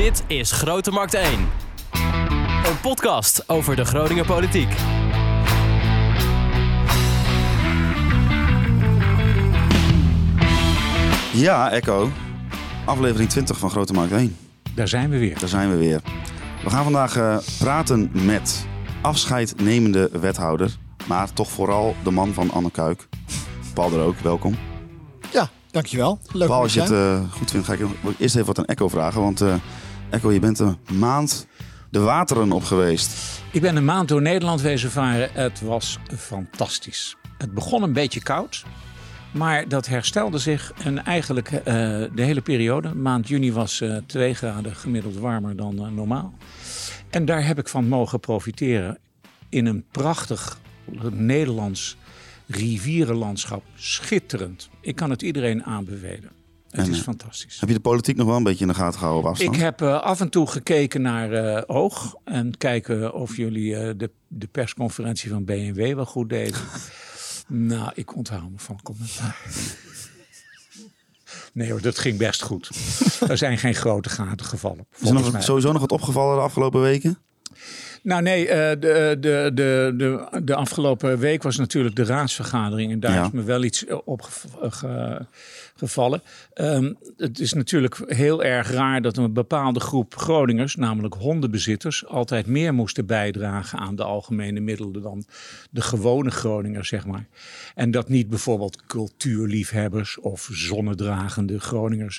Dit is Grote Markt 1. Een podcast over de Groninger politiek. Ja, Echo. Aflevering 20 van Grote Markt 1. Daar zijn we weer. We gaan vandaag praten met afscheidnemende wethouder. Maar toch vooral de man van Anne Kuik. Paul de Rook, welkom. Ja, dankjewel. Leuk Paul, om als je het goed vindt, ga ik eerst even wat aan Echo vragen. Want Echo, je bent een maand de wateren op geweest. Ik ben een maand door Nederland wezen varen. Het was fantastisch. Het begon een beetje koud. Maar dat herstelde zich en eigenlijk de hele periode. Maand juni was 2 graden gemiddeld warmer dan normaal. En daar heb ik van mogen profiteren in een prachtig Nederlands rivierenlandschap. Schitterend. Ik kan het iedereen aanbevelen. Het is fantastisch. Heb je de politiek nog wel een beetje in de gaten gehouden op afstand? Ik heb af en toe gekeken naar Oog. En kijken of jullie de persconferentie van BMW wel goed deden. Nou, ik onthoud me van commentaar. Nee hoor, dat ging best goed. Er zijn geen grote gaten gevallen. Is er sowieso nog wat opgevallen de afgelopen weken? Nou nee, de afgelopen week was natuurlijk de raadsvergadering. En daar is me wel iets opgevallen. Het is natuurlijk heel erg raar dat een bepaalde groep Groningers, namelijk hondenbezitters, altijd meer moesten bijdragen aan de algemene middelen dan de gewone Groningers, zeg maar. En dat niet bijvoorbeeld cultuurliefhebbers of zonnedragende Groningers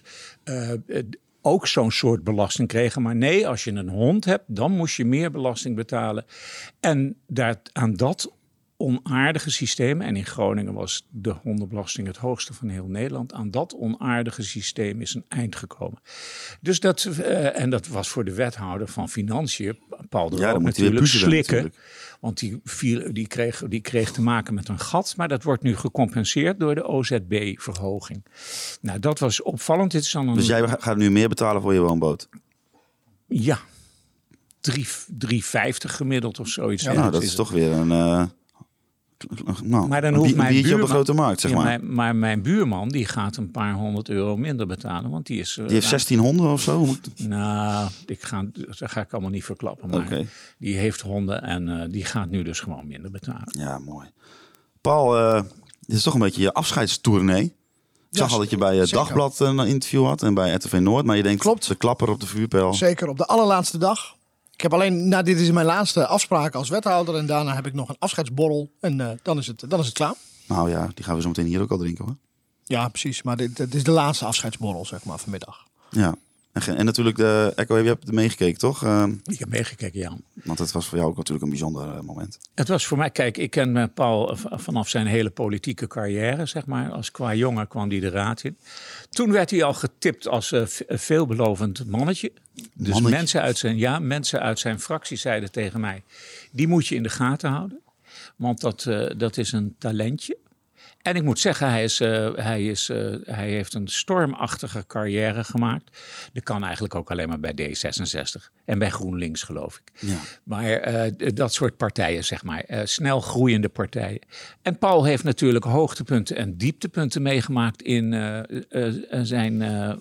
ook zo'n soort belasting kregen. Maar nee, als je een hond hebt, dan moest je meer belasting betalen. En aan dat onaardige systeem, en in Groningen was de hondenbelasting het hoogste van heel Nederland, aan dat onaardige systeem is een eind gekomen. Dus en dat was voor de wethouder van Financiën, Paul de Rook, natuurlijk slikken. Natuurlijk. Want die kreeg te maken met een gat. Maar dat wordt nu gecompenseerd door de OZB-verhoging. Nou, dat was opvallend. Dus jij gaat nu meer betalen voor je woonboot? Ja. 3,50 gemiddeld of zoiets. Ja, nou, dat is toch weer een maar dan hoeft mijn biertje op een grote markt, zeg maar. Maar mijn buurman, die gaat een paar €100 minder betalen. Want die heeft 16 honden of zo? Nou, dat ga ik allemaal niet verklappen. Maar die heeft honden en die gaat nu dus gewoon minder betalen. Ja, mooi. Paul, dit is toch een beetje je afscheidstournee. Ik zag al dat je bij het Dagblad een interview had en bij RTV Noord. Maar je denkt, klopt, de klapper op de vuurpijl. Zeker, op de allerlaatste dag. Ik heb alleen, dit is mijn laatste afspraak als wethouder. En daarna heb ik nog een afscheidsborrel. En dan is het klaar. Nou ja, die gaan we zo meteen hier ook al drinken, hoor. Ja, precies. Maar dit is de laatste afscheidsborrel, zeg maar, vanmiddag. Ja. En natuurlijk de Echo, je hebt meegekeken, toch? Ik heb meegekeken, ja. Want het was voor jou ook natuurlijk een bijzonder moment. Het was voor mij, kijk, ik ken Paul vanaf zijn hele politieke carrière, zeg maar. Als qua jongen kwam hij de raad in. Toen werd hij al getipt als veelbelovend mannetje. Dus mensen uit zijn fractie zeiden tegen mij, die moet je in de gaten houden. Want dat is een talentje. En ik moet zeggen, hij heeft een stormachtige carrière gemaakt. Dat kan eigenlijk ook alleen maar bij D66 en bij GroenLinks, geloof ik. Ja. Maar dat soort partijen, zeg maar, snel groeiende partijen. En Paul heeft natuurlijk hoogtepunten en dieptepunten meegemaakt in zijn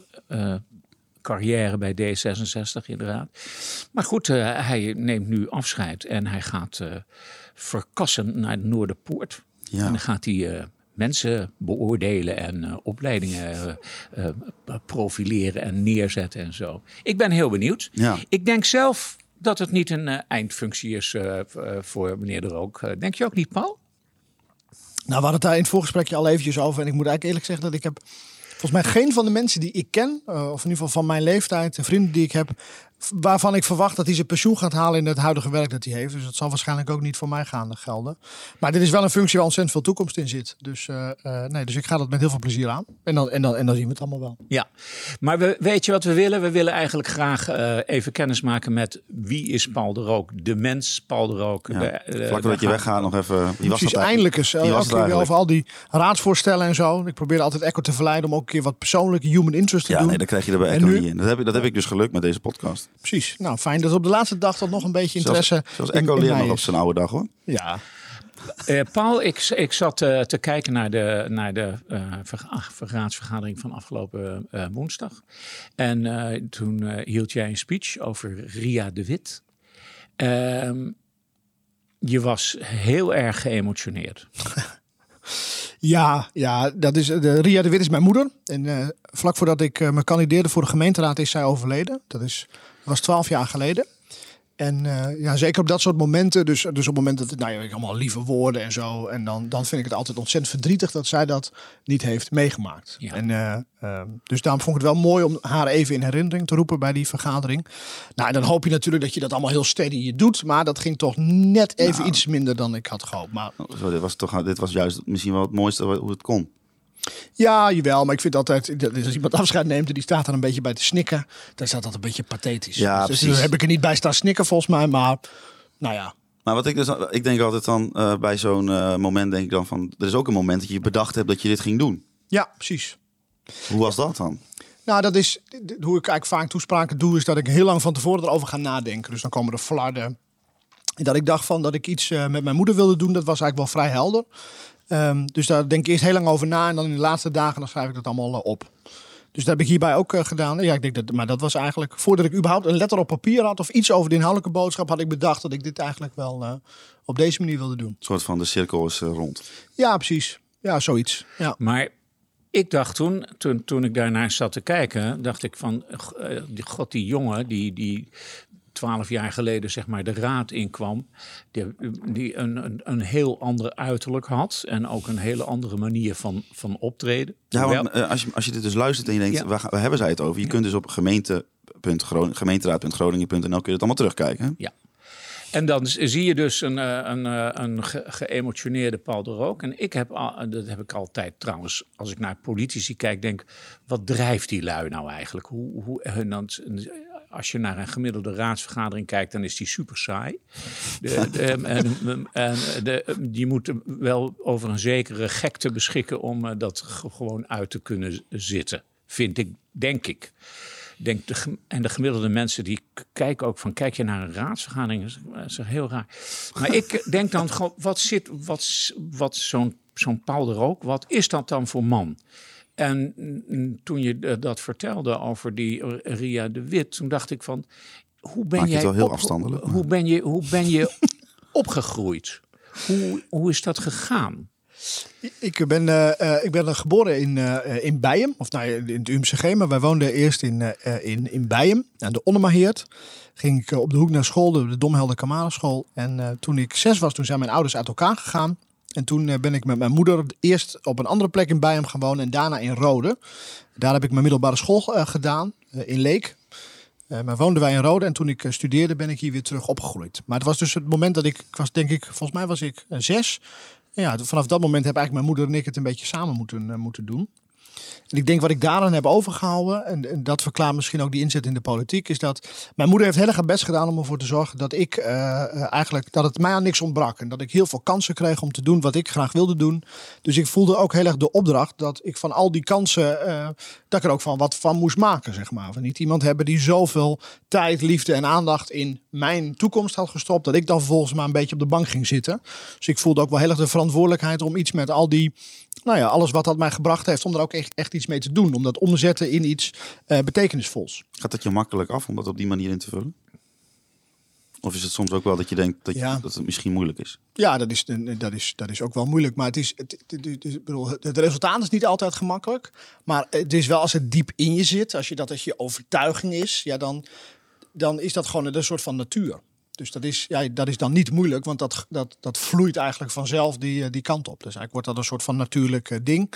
carrière bij D66 inderdaad. Maar goed, hij neemt nu afscheid en hij gaat verkassen naar de Noorderpoort. Ja. En dan gaat hij mensen beoordelen en opleidingen profileren en neerzetten en zo. Ik ben heel benieuwd. Ja. Ik denk zelf dat het niet een eindfunctie is voor meneer de Rook. Denk je ook niet, Paul? Nou, we hadden het daar in het voorgesprekje al eventjes over. En ik moet eigenlijk eerlijk zeggen dat ik heb volgens mij geen van de mensen die ik ken, of in ieder geval van mijn leeftijd, de vrienden die ik heb, waarvan ik verwacht dat hij zijn pensioen gaat halen in het huidige werk dat hij heeft. Dus dat zal waarschijnlijk ook niet voor mij gaan gelden. Maar dit is wel een functie waar ontzettend veel toekomst in zit. Dus, dus ik ga dat met heel veel plezier aan. En dan zien we het allemaal wel. Ja, maar weet je wat we willen? We willen eigenlijk graag even kennis maken met wie is Paul de Rook? De mens Paul de Rook. Ja, vlak voordat je weggaat nog even. Wie was precies, eindelijk eens. Over al die raadsvoorstellen en zo. Ik probeer altijd Echo te verleiden om ook een keer wat persoonlijke human interest te doen. Ja, nee, dat krijg je er bij Echo niet in. Dat heb ik dus gelukt met deze podcast. Precies. Nou, fijn dat op de laatste dag toch nog een beetje interesse. Zoals Echo leert nog op zijn oude dag, hoor. Ja. Paul, ik zat te kijken naar de raadsvergadering van afgelopen woensdag. En toen hield jij een speech over Ria de Wit. Je was heel erg geëmotioneerd. Ja, dat is, Ria de Wit is mijn moeder. En vlak voordat ik me kandideerde voor de gemeenteraad is zij overleden. Dat was 12 jaar geleden. En zeker op dat soort momenten, dus op het moment dat het allemaal lieve woorden en zo. En dan vind ik het altijd ontzettend verdrietig dat zij dat niet heeft meegemaakt. Ja. En dus daarom vond ik het wel mooi om haar even in herinnering te roepen bij die vergadering. Nou, en dan hoop je natuurlijk dat je dat allemaal heel steady doet. Maar dat ging toch net even iets minder dan ik had gehoopt. Maar dit was juist misschien wel het mooiste hoe het kon. Ja, jawel, maar ik vind altijd, als iemand afscheid neemt en die staat er een beetje bij te snikken, dan staat dat een beetje pathetisch. Ja, dus daar heb ik er niet bij staan snikken volgens mij, maar nou ja. Maar wat ik denk altijd dan bij zo'n moment denk ik dan van, er is ook een moment dat je bedacht hebt dat je dit ging doen. Ja, precies. Hoe was dat dan? Nou, dat is hoe ik eigenlijk vaak toespraken doe, is dat ik heel lang van tevoren erover ga nadenken. Dus dan komen er flarden. En dat ik dacht van dat ik iets met mijn moeder wilde doen, dat was eigenlijk wel vrij helder. Dus daar denk ik eerst heel lang over na. En dan in de laatste dagen dan schrijf ik dat allemaal op. Dus dat heb ik hierbij ook gedaan. Ja, ik denk maar dat was eigenlijk, voordat ik überhaupt een letter op papier had of iets over de inhoudelijke boodschap, had ik bedacht dat ik dit eigenlijk wel op deze manier wilde doen. Een soort van de cirkel is rond. Ja, precies. Ja, zoiets. Ja. Maar ik dacht toen ik daarnaar zat te kijken, dacht ik van, god, die jongen die 12 jaar geleden zeg maar de raad inkwam, die een heel ander uiterlijk had en ook een hele andere manier van optreden. Ja, want, als je dit dus luistert en je denkt, waar hebben zij het over? Je kunt dus op gemeenteraad.groningen.nl kun je het allemaal terugkijken. Hè? Ja. En dan zie je dus een geëmotioneerde Paul de Rook. En dat heb ik altijd trouwens, als ik naar politici kijk, denk, wat drijft die lui nou eigenlijk? Als je naar een gemiddelde raadsvergadering kijkt, dan is die super saai. Die moeten wel over een zekere gekte beschikken om dat gewoon uit te kunnen zitten. Denk ik. En de gemiddelde mensen die kijken ook van, kijk je naar een raadsvergadering? Dat is heel raar. Maar ik denk dan, wat zo'n Paul de Rook, wat is dat dan voor man? En toen je dat vertelde over die Ria de Wit, toen dacht ik van, hoe ben je opgegroeid? Hoe is dat gegaan? Ik ben geboren in Beijum, of in het UMCG, maar wij woonden eerst in Beijum, aan de Onnemaheerd. Ging ik op de hoek naar school, de Domhelder Kamarenschool. En toen ik 6 was, toen zijn mijn ouders uit elkaar gegaan. En toen ben ik met mijn moeder eerst op een andere plek in Beijum gaan wonen en daarna in Rode. Daar heb ik mijn middelbare school gedaan, in Leek. Maar woonden wij in Rode en toen ik studeerde ben ik hier weer terug opgegroeid. Maar het was dus het moment dat volgens mij was ik 6. Ja, vanaf dat moment heb eigenlijk mijn moeder en ik het een beetje samen moeten doen. En ik denk wat ik daaraan heb overgehouden, en dat verklaart misschien ook die inzet in de politiek, is dat mijn moeder heeft heel erg haar best gedaan om ervoor te zorgen dat ik dat het mij aan niks ontbrak. En dat ik heel veel kansen kreeg om te doen wat ik graag wilde doen. Dus ik voelde ook heel erg de opdracht dat ik van al die kansen, dat ik er ook van wat van moest maken, zeg maar. Van niet iemand hebben die zoveel tijd, liefde en aandacht in mijn toekomst had gestopt, dat ik dan vervolgens maar een beetje op de bank ging zitten. Dus ik voelde ook wel heel erg de verantwoordelijkheid om iets met al die, alles wat dat mij gebracht heeft, om er ook echt iets mee te doen. Om dat om te zetten in iets betekenisvols. Gaat het je makkelijk af om dat op die manier in te vullen? Of is het soms ook wel dat je denkt dat het misschien moeilijk is? Ja, dat is ook wel moeilijk. Maar het resultaat is niet altijd gemakkelijk. Maar het is wel als het diep in je zit. Als je overtuiging is, ja, dan is dat gewoon een soort van natuur. Dus dat is dan niet moeilijk, want dat vloeit eigenlijk vanzelf die kant op. Dus eigenlijk wordt dat een soort van natuurlijk ding.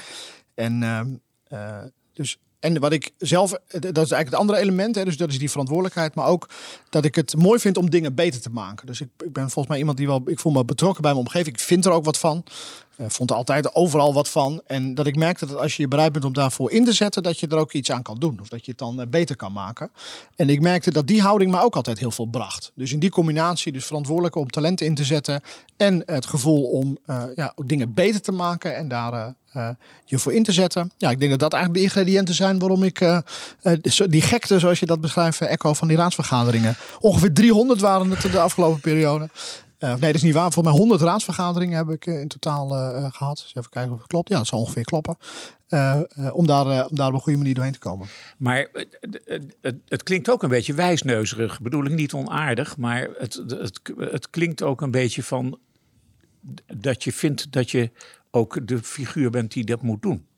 En wat ik zelf, dat is eigenlijk het andere element, hè, dus dat is die verantwoordelijkheid, maar ook dat ik het mooi vind om dingen beter te maken. Dus ik ben volgens mij iemand ik voel me betrokken bij mijn omgeving. Ik vind er ook wat van. Vond er altijd overal wat van. En dat ik merkte dat als je bereid bent om daarvoor in te zetten, dat je er ook iets aan kan doen. Of dat je het dan beter kan maken. En ik merkte dat die houding me ook altijd heel veel bracht. Dus in die combinatie, dus verantwoordelijk om talenten in te zetten en het gevoel om dingen beter te maken en daar je voor in te zetten. Ja, ik denk dat dat eigenlijk de ingrediënten zijn waarom ik die gekte, zoals je dat beschrijft, echo van die raadsvergaderingen. Ongeveer 300 waren het de afgelopen periode. Nee, dat is niet waar. Voor mij 100 raadsvergaderingen heb ik in totaal gehad. Dus even kijken of het klopt. Ja, dat zal ongeveer kloppen. Om daar op een goede manier doorheen te komen. Maar het klinkt ook een beetje wijsneuzerig. Bedoel ik niet onaardig, maar het klinkt ook een beetje van dat je vindt dat je ook de figuur bent die dat moet doen.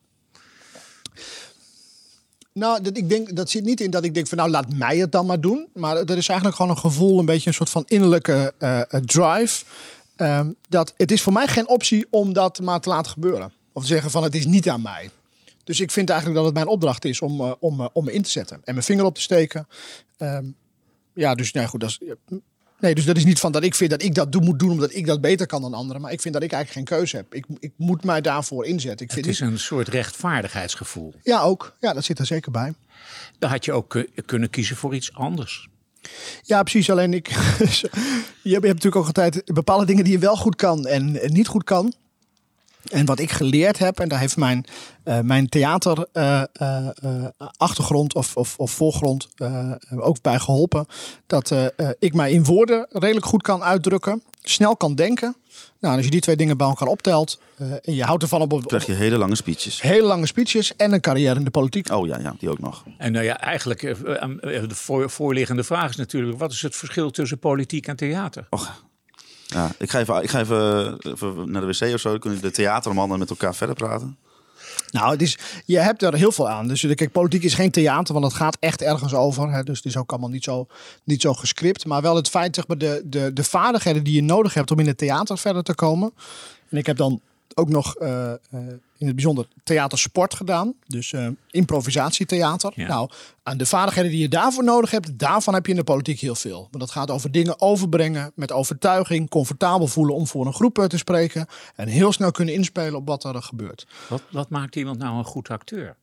Nou, ik denk, dat zit niet in dat ik denk van nou laat mij het dan maar doen. Maar er is eigenlijk gewoon een gevoel, een beetje een soort van innerlijke drive. Dat het is voor mij geen optie om dat maar te laten gebeuren. Of te zeggen van het is niet aan mij. Dus ik vind eigenlijk dat het mijn opdracht is om me in te zetten. En mijn vinger op te steken. Dus nou goed, dat is... Nee, dus dat is niet van dat ik vind dat ik dat moet doen omdat ik dat beter kan dan anderen. Maar ik vind dat ik eigenlijk geen keuze heb. Ik moet mij daarvoor inzetten. Het is een soort rechtvaardigheidsgevoel. Ja, ook. Ja, dat zit er zeker bij. Dan had je ook kunnen kiezen voor iets anders. Ja, precies. Alleen je hebt natuurlijk ook altijd bepaalde dingen die je wel goed kan en niet goed kan. En wat ik geleerd heb, en daar heeft mijn theater achtergrond of voorgrond ook bij geholpen. Dat ik mij in woorden redelijk goed kan uitdrukken. Snel kan denken. Nou, als je die twee dingen bij elkaar optelt en je houdt ervan op... krijg je hele lange speeches. Hele lange speeches en een carrière in de politiek. Oh ja, die ook nog. En nou ja, eigenlijk de voorliggende vraag is natuurlijk... wat is het verschil tussen politiek en theater? Och. Ja, ik ga even naar de wc of zo. Dan kunnen de theatermannen met elkaar verder praten. Nou, je hebt er heel veel aan. Dus kijk, politiek is geen theater, want het gaat echt ergens over. Hè, dus het is ook allemaal niet zo gescript. Maar wel het feit, zeg maar, de vaardigheden die je nodig hebt om in het theater verder te komen. En ik heb dan ook nog in het bijzonder theatersport gedaan. Dus improvisatietheater. Ja. Nou, aan de vaardigheden die je daarvoor nodig hebt, daarvan heb je in de politiek heel veel. Want dat gaat over dingen overbrengen met overtuiging, comfortabel voelen om voor een groep te spreken en heel snel kunnen inspelen op wat er gebeurt. Wat maakt iemand nou een goed acteur?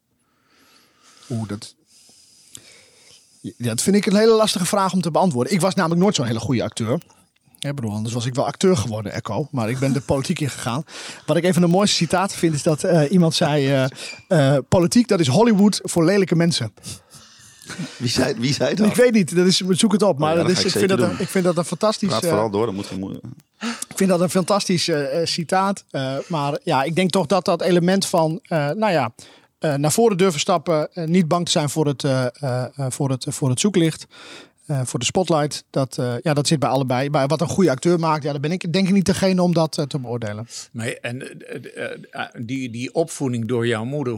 Dat vind ik een hele lastige vraag om te beantwoorden. Ik was namelijk nooit zo'n hele goede acteur. Ja, bedoel, anders was ik wel acteur geworden, Echo. Maar ik ben de politiek ingegaan. Wat ik een van de mooiste citaten vind, is dat iemand zei... politiek, dat is Hollywood voor lelijke mensen. Wie zei dat? Ik weet niet, zoek het op. Maar ik vind dat een fantastisch... Praat vooral door, dat moet geen... Ik vind dat een fantastisch citaat. Maar ja, ik denk toch dat element van... naar voren durven stappen. Niet bang te zijn voor het zoeklicht. Voor de spotlight, dat zit bij allebei. Maar wat een goede acteur maakt, daar ben ik denk ik niet degene om dat te beoordelen. Maar die opvoeding door jouw moeder,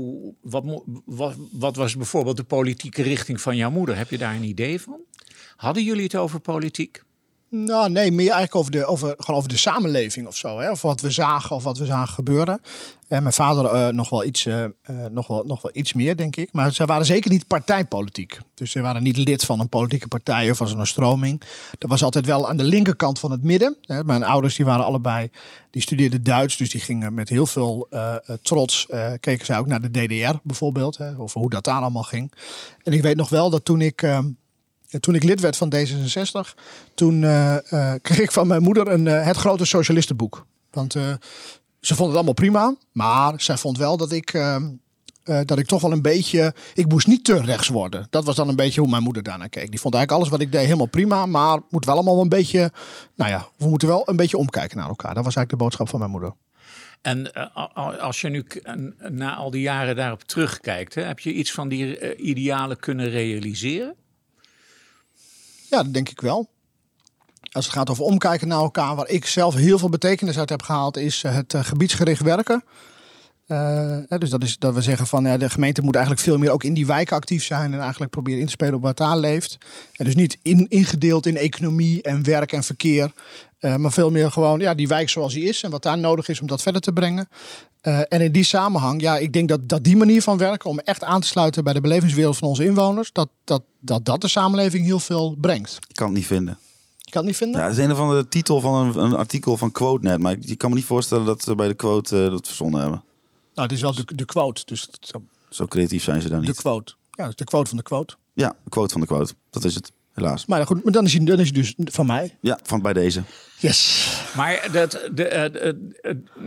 wat was bijvoorbeeld de politieke richting van jouw moeder? Heb je daar een idee van? Hadden jullie het over politiek? Nou, nee, meer eigenlijk over de samenleving of zo. Hè? Of wat we zagen gebeuren. En mijn vader nog wel iets meer, denk ik. Maar zij waren zeker niet partijpolitiek. Dus ze waren niet lid van een politieke partij of van een stroming. Dat was altijd wel aan de linkerkant van het midden. Mijn ouders die waren allebei, die studeerden Duits. Dus die gingen met heel veel trots, keken zij ook naar de DDR bijvoorbeeld. Over hoe dat daar allemaal ging. En ik weet nog wel dat toen ik lid werd van D66, toen kreeg ik van mijn moeder het grote socialistenboek. Want ze vond het allemaal prima, maar zij vond wel dat ik toch wel een beetje... Ik moest niet te rechts worden. Dat was dan een beetje hoe mijn moeder daarnaar keek. Die vond eigenlijk alles wat ik deed helemaal prima, maar moet wel allemaal een beetje... Nou ja, we moeten wel een beetje omkijken naar elkaar. Dat was eigenlijk de boodschap van mijn moeder. En als je nu na al die jaren daarop terugkijkt, heb je iets van die idealen kunnen realiseren? Ja, dat denk ik wel. Als het gaat over omkijken naar elkaar, waar ik zelf heel veel betekenis uit heb gehaald, is het gebiedsgericht werken. Dus dat is dat we zeggen van de gemeente moet eigenlijk veel meer ook in die wijken actief zijn en eigenlijk proberen in te spelen op wat daar leeft. En dus niet ingedeeld in economie en werk en verkeer, maar veel meer gewoon die wijk zoals die is en wat daar nodig is om dat verder te brengen. En in die samenhang, ik denk dat die manier van werken, om echt aan te sluiten bij de belevingswereld van onze inwoners, dat de samenleving heel veel brengt. Ik kan het niet vinden. Je kan het niet vinden? Ja, het is een of andere titel van een artikel van QuoteNet, maar ik kan me niet voorstellen dat ze bij de Quote dat verzonnen hebben. Nou, het is wel de quote. Dus zo creatief zijn ze dan niet. De quote. Ja, dat is de quote van de quote. Ja, de quote van de quote. Dat is het, helaas. Maar goed, maar dan is hij dus van mij. Ja, van bij deze. Yes. Maar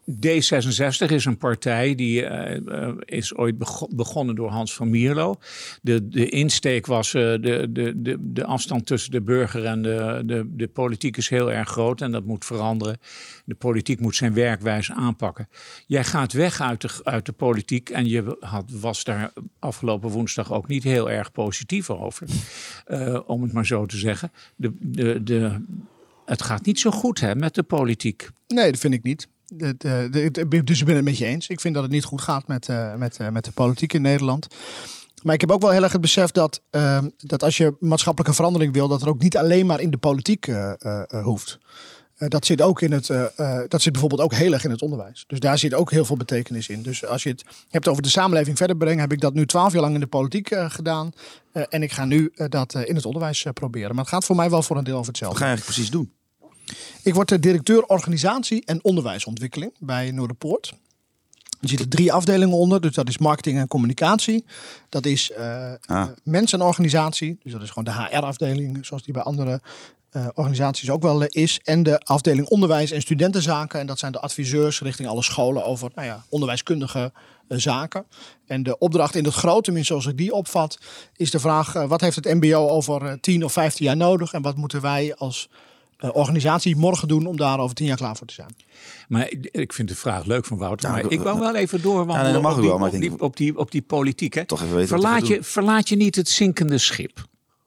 D66 is een partij die is ooit begonnen door Hans van Mierlo. De insteek was de afstand tussen de burger en de politiek is heel erg groot en dat moet veranderen. De politiek moet zijn werkwijze aanpakken. Jij gaat weg uit de politiek en je was daar afgelopen woensdag ook niet heel erg positief over. Om het maar zo te zeggen. Het gaat niet zo goed met de politiek. Nee, dat vind ik niet. Dus ik ben het met je eens. Ik vind dat het niet goed gaat met de politiek in Nederland. Maar ik heb ook wel heel erg het besef dat als je maatschappelijke verandering wil, dat er ook niet alleen maar in de politiek hoeft. Dat zit ook dat zit bijvoorbeeld ook heel erg in het onderwijs. Dus daar zit ook heel veel betekenis in. Dus als je het hebt over de samenleving verder brengen, heb ik dat nu 12 jaar lang in de politiek gedaan. En ik ga nu dat in het onderwijs proberen. Maar het gaat voor mij wel voor een deel over hetzelfde. Wat ga je eigenlijk precies doen? Ik word directeur organisatie en onderwijsontwikkeling bij Noorderpoort. Er zitten 3 afdelingen onder. Dus dat is marketing en communicatie. Dat is mens en organisatie. Dus dat is gewoon de HR-afdeling, zoals die bij andere organisaties ook wel is. En de afdeling onderwijs en studentenzaken. En dat zijn de adviseurs richting alle scholen over onderwijskundige zaken. En de opdracht in het grote, tenminste zoals ik die opvat, is de vraag: wat heeft het mbo over 10 of 15 jaar nodig? En wat moeten wij als organisatie morgen doen om daar over 10 jaar klaar voor te zijn? Maar ik vind de vraag leuk van Wouter. Maar ik wou wel even doorwandelen op die politiek. Hè? Toch even weten verlaat je niet het zinkende schip?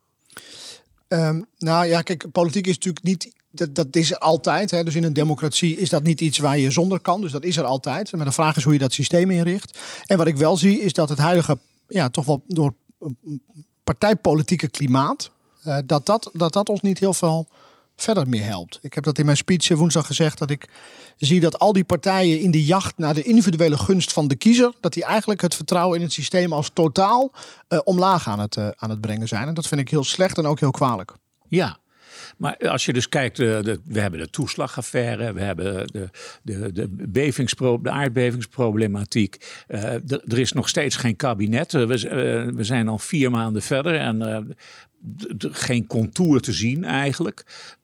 Kijk, politiek is natuurlijk niet. Dat is er altijd. Hè. Dus in een democratie is dat niet iets waar je zonder kan. Dus dat is er altijd. Maar de vraag is hoe je dat systeem inricht. En wat ik wel zie is dat het huidige, toch wel door partijpolitieke klimaat, dat ons niet heel veel verder meer helpt. Ik heb dat in mijn speech woensdag gezegd, dat ik zie dat al die partijen in de jacht naar de individuele gunst van de kiezer, dat die eigenlijk het vertrouwen in het systeem als totaal omlaag aan het brengen zijn. En dat vind ik heel slecht en ook heel kwalijk. Ja. Maar als je dus kijkt, we hebben de toeslagaffaire, we hebben de aardbevingsproblematiek. Er is nog steeds geen kabinet. We zijn al 4 maanden verder en geen contour te zien eigenlijk.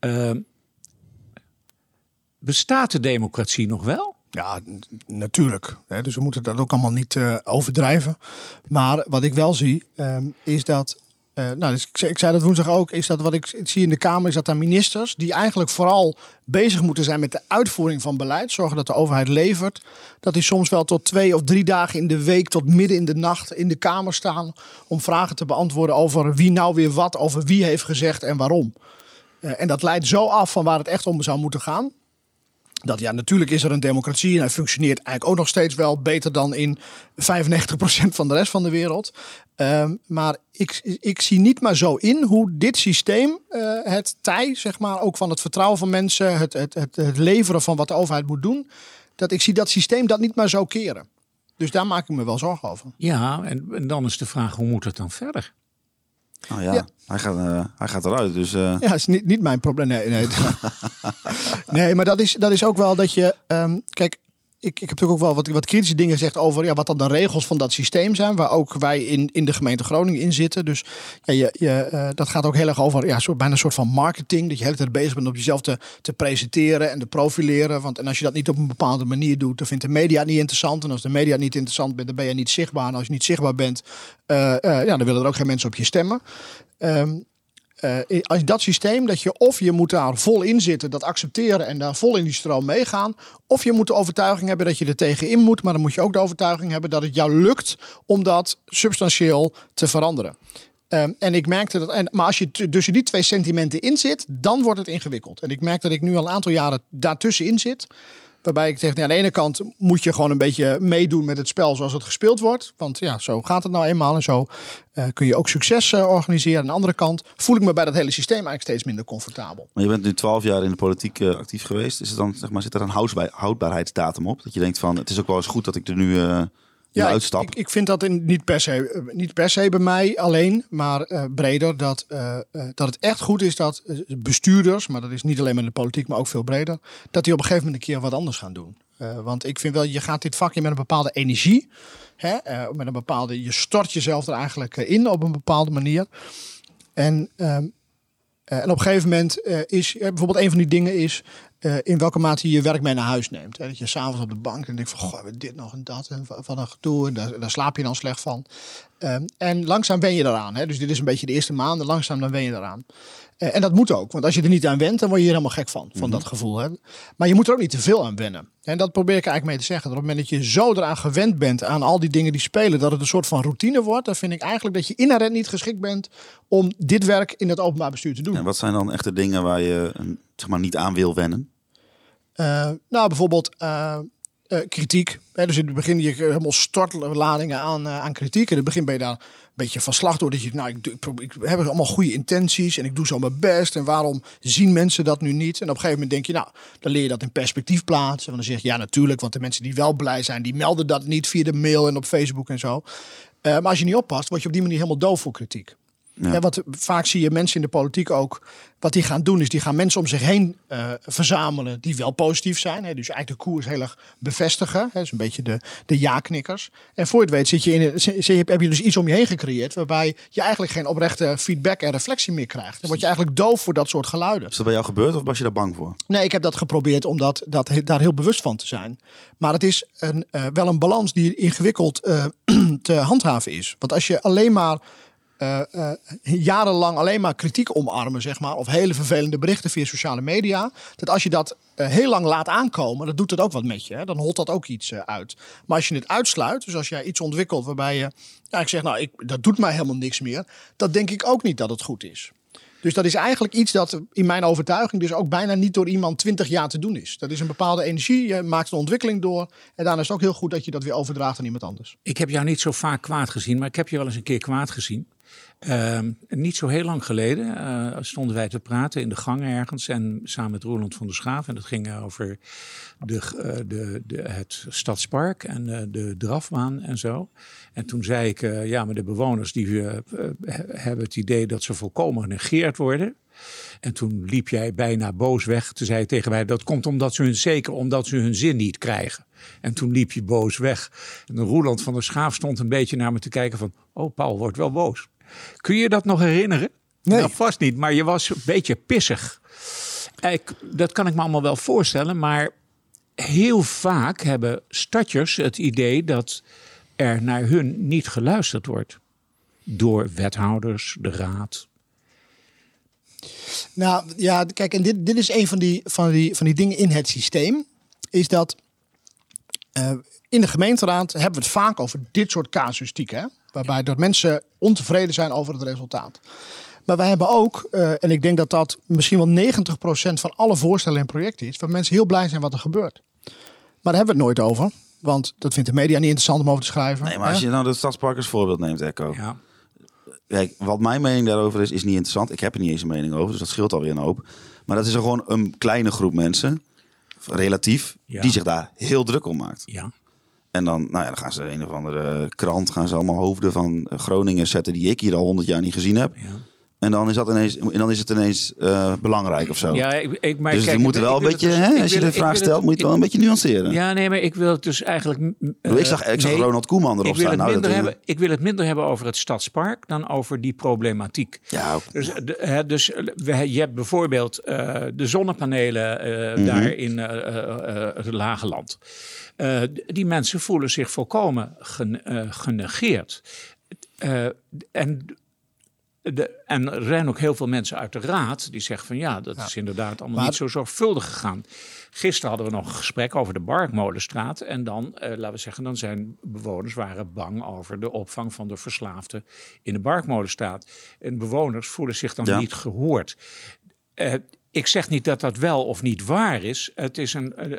Bestaat de democratie nog wel? Ja, natuurlijk. Dus we moeten dat ook allemaal niet overdrijven. Maar wat ik wel zie is dat. Dus ik zei dat woensdag ook, is dat wat ik zie in de Kamer, is dat er ministers die eigenlijk vooral bezig moeten zijn met de uitvoering van beleid, zorgen dat de overheid levert, dat die soms wel tot 2 of 3 dagen in de week, tot midden in de nacht in de Kamer staan om vragen te beantwoorden over wie nou weer wat, over wie heeft gezegd en waarom. En dat leidt zo af van waar het echt om zou moeten gaan. Dat natuurlijk is er een democratie en hij functioneert eigenlijk ook nog steeds wel beter dan in 95% van de rest van de wereld. Maar ik zie niet maar zo in hoe dit systeem het tij, zeg maar, ook van het vertrouwen van mensen, het leveren van wat de overheid moet doen, dat ik zie dat systeem dat niet maar zo keren. Dus daar maak ik me wel zorgen over. Ja, en dan is de vraag, hoe moet het dan verder? Oh ja. Hij gaat eruit. Dus, Ja, dat is niet mijn probleem. Nee. Nee, maar dat is ook wel dat je. Kijk, ik heb natuurlijk ook wel wat kritische dingen gezegd over wat dan de regels van dat systeem zijn. Waar ook wij in de gemeente Groningen in zitten. Dus dat gaat ook heel erg over bijna een soort van marketing. Dat je de hele tijd bezig bent om jezelf te presenteren en te profileren. En als je dat niet op een bepaalde manier doet, dan vindt de media het niet interessant. En als de media niet interessant bent, dan ben je niet zichtbaar. En als je niet zichtbaar bent, dan willen er ook geen mensen op je stemmen. Als dat systeem, dat je moet daar vol in zitten, dat accepteren en daar vol in die stroom meegaan. Of je moet de overtuiging hebben dat je er tegenin moet. Maar dan moet je ook de overtuiging hebben dat het jou lukt om dat substantieel te veranderen. En ik merkte dat. Maar als je tussen die 2 sentimenten in zit, dan wordt het ingewikkeld. En ik merk dat ik nu al een aantal jaren daartussenin zit. Waarbij ik zeg, aan de ene kant moet je gewoon een beetje meedoen met het spel zoals het gespeeld wordt. Want zo gaat het nou eenmaal en zo kun je ook succes organiseren. Aan de andere kant voel ik me bij dat hele systeem eigenlijk steeds minder comfortabel. Maar je bent nu 12 jaar in de politiek actief geweest. Is het dan, zit er een houdbaarheidsdatum op? Dat je denkt van, het is ook wel eens goed dat ik er nu uitstap? Ik vind dat niet per se bij mij alleen, maar breder. Dat het echt goed is dat bestuurders, maar dat is niet alleen maar in de politiek, maar ook veel breder, dat die op een gegeven moment een keer wat anders gaan doen. Want ik vind wel, je gaat dit vakje met een bepaalde energie. Met een bepaalde, je stort jezelf er eigenlijk in op een bepaalde manier. En op een gegeven moment is bijvoorbeeld een van die dingen is in welke mate je je werk mee naar huis neemt. Hè? Dat je s'avonds op de bank en denkt van, goh, hebben we dit nog en dat en van een gedoe. En daar slaap je dan slecht van. En langzaam wen je eraan. Hè? Dus dit is een beetje de eerste maanden. Langzaam dan wen je eraan. En dat moet ook. Want als je er niet aan went, dan word je hier helemaal gek van dat gevoel. Hè? Maar je moet er ook niet te veel aan wennen. En dat probeer ik eigenlijk mee te zeggen. Dat op het moment dat je zo eraan gewend bent aan al die dingen die spelen, dat het een soort van routine wordt, dan vind ik eigenlijk dat je inherent niet geschikt bent om dit werk in het openbaar bestuur te doen. En wat zijn dan echt de dingen waar je zeg maar niet aan wil wennen? Nou, bijvoorbeeld kritiek. Dus in het begin je helemaal stortladingen aan kritiek. In het begin ben je daar een beetje van slag door. Dat je, ik heb allemaal goede intenties en ik doe zo mijn best. En waarom zien mensen dat nu niet? En op een gegeven moment denk je, dan leer je dat in perspectief plaatsen. En dan zeg je, ja natuurlijk, want de mensen die wel blij zijn, die melden dat niet via de mail en op Facebook en zo. Maar als je niet oppast, word je op die manier helemaal doof voor kritiek. Ja. Want vaak zie je mensen in de politiek ook, wat die gaan doen is, die gaan mensen om zich heen verzamelen die wel positief zijn. Hè? Dus eigenlijk de koers heel erg bevestigen. Hè? Dus een beetje de ja-knikkers. En voor je het weet heb je dus iets om je heen gecreëerd waarbij je eigenlijk geen oprechte feedback en reflectie meer krijgt. Dan word je eigenlijk doof voor dat soort geluiden. Is dat bij jou gebeurd of was je daar bang voor? Nee, ik heb dat geprobeerd om daar heel bewust van te zijn. Maar het is wel een balans die ingewikkeld te handhaven is. Want als je alleen maar jarenlang alleen maar kritiek omarmen, zeg maar, of hele vervelende berichten via sociale media, dat als je dat heel lang laat aankomen, dan doet het ook wat met je. Hè? Dan holt dat ook iets uit. Maar als je het uitsluit, dus als jij iets ontwikkelt waarbij je, ik zeg, dat doet mij helemaal niks meer, dat denk ik ook niet dat het goed is. Dus dat is eigenlijk iets dat in mijn overtuiging dus ook bijna niet door iemand 20 jaar te doen is. Dat is een bepaalde energie, je maakt een ontwikkeling door. En daarna is het ook heel goed dat je dat weer overdraagt aan iemand anders. Ik heb jou niet zo vaak kwaad gezien, maar ik heb je wel eens een keer kwaad gezien. Niet zo heel lang geleden stonden wij te praten in de gang ergens en samen met Roeland van der Schaaf. En dat ging over het Stadspark en de drafbaan en zo. En toen zei ik, maar de bewoners die hebben het idee dat ze volkomen genegeerd worden. En toen liep jij bijna boos weg. Toen zei je tegen mij, dat komt omdat ze hun zin niet krijgen. En toen liep je boos weg. En Roeland van der Schaaf stond een beetje naar me te kijken van, oh, Paul wordt wel boos. Kun je dat nog herinneren? Nee. Nou, vast niet, maar je was een beetje pissig. Dat kan ik me allemaal wel voorstellen, maar heel vaak hebben stadjers het idee dat er naar hun niet geluisterd wordt. Door wethouders, de raad. Nou ja, kijk, en dit is een van die dingen in het systeem. Is dat in de gemeenteraad hebben we het vaak over dit soort casuïstiek. Hè? Waarbij dat mensen ontevreden zijn over het resultaat. Maar wij hebben ook, en ik denk dat misschien wel 90% van alle voorstellen en projecten is, waar mensen heel blij zijn wat er gebeurt. Maar daar hebben we het nooit over. Want dat vindt de media niet interessant om over te schrijven. Nee, maar als je nou de Stadspark als voorbeeld neemt, Echo. Ja. Kijk, wat mijn mening daarover is niet interessant. Ik heb er niet eens een mening over, dus dat scheelt alweer een hoop. Maar dat is er gewoon een kleine groep mensen, relatief, die zich daar heel druk om maakt. Ja. En dan gaan ze een of andere krant, gaan ze allemaal hoofden van Groningen zetten die ik hier al 100 jaar niet gezien heb. Ja. En dan is het ineens belangrijk of zo. Ja, maar dus kijk, je moet wel een beetje, als je de vraag stelt, moet je het wel een beetje nuanceren. Ja, nee, maar ik wil het dus eigenlijk. Ik zag Ronald Koeman erop staan. Ik wil het minder hebben over het Stadspark dan over die problematiek. Ja, dus je hebt bijvoorbeeld de zonnepanelen daar in het Lage Land. Die mensen voelen zich volkomen genegeerd. En er zijn ook heel veel mensen uit de raad die zeggen van dat is inderdaad allemaal niet zo zorgvuldig gegaan. Gisteren hadden we nog een gesprek over de Barkmolenstraat. En dan, laten we zeggen, dan zijn bewoners waren bang over de opvang van de verslaafden in de Barkmolenstraat. En bewoners voelen zich dan niet gehoord. Ik zeg niet dat dat wel of niet waar is. Het is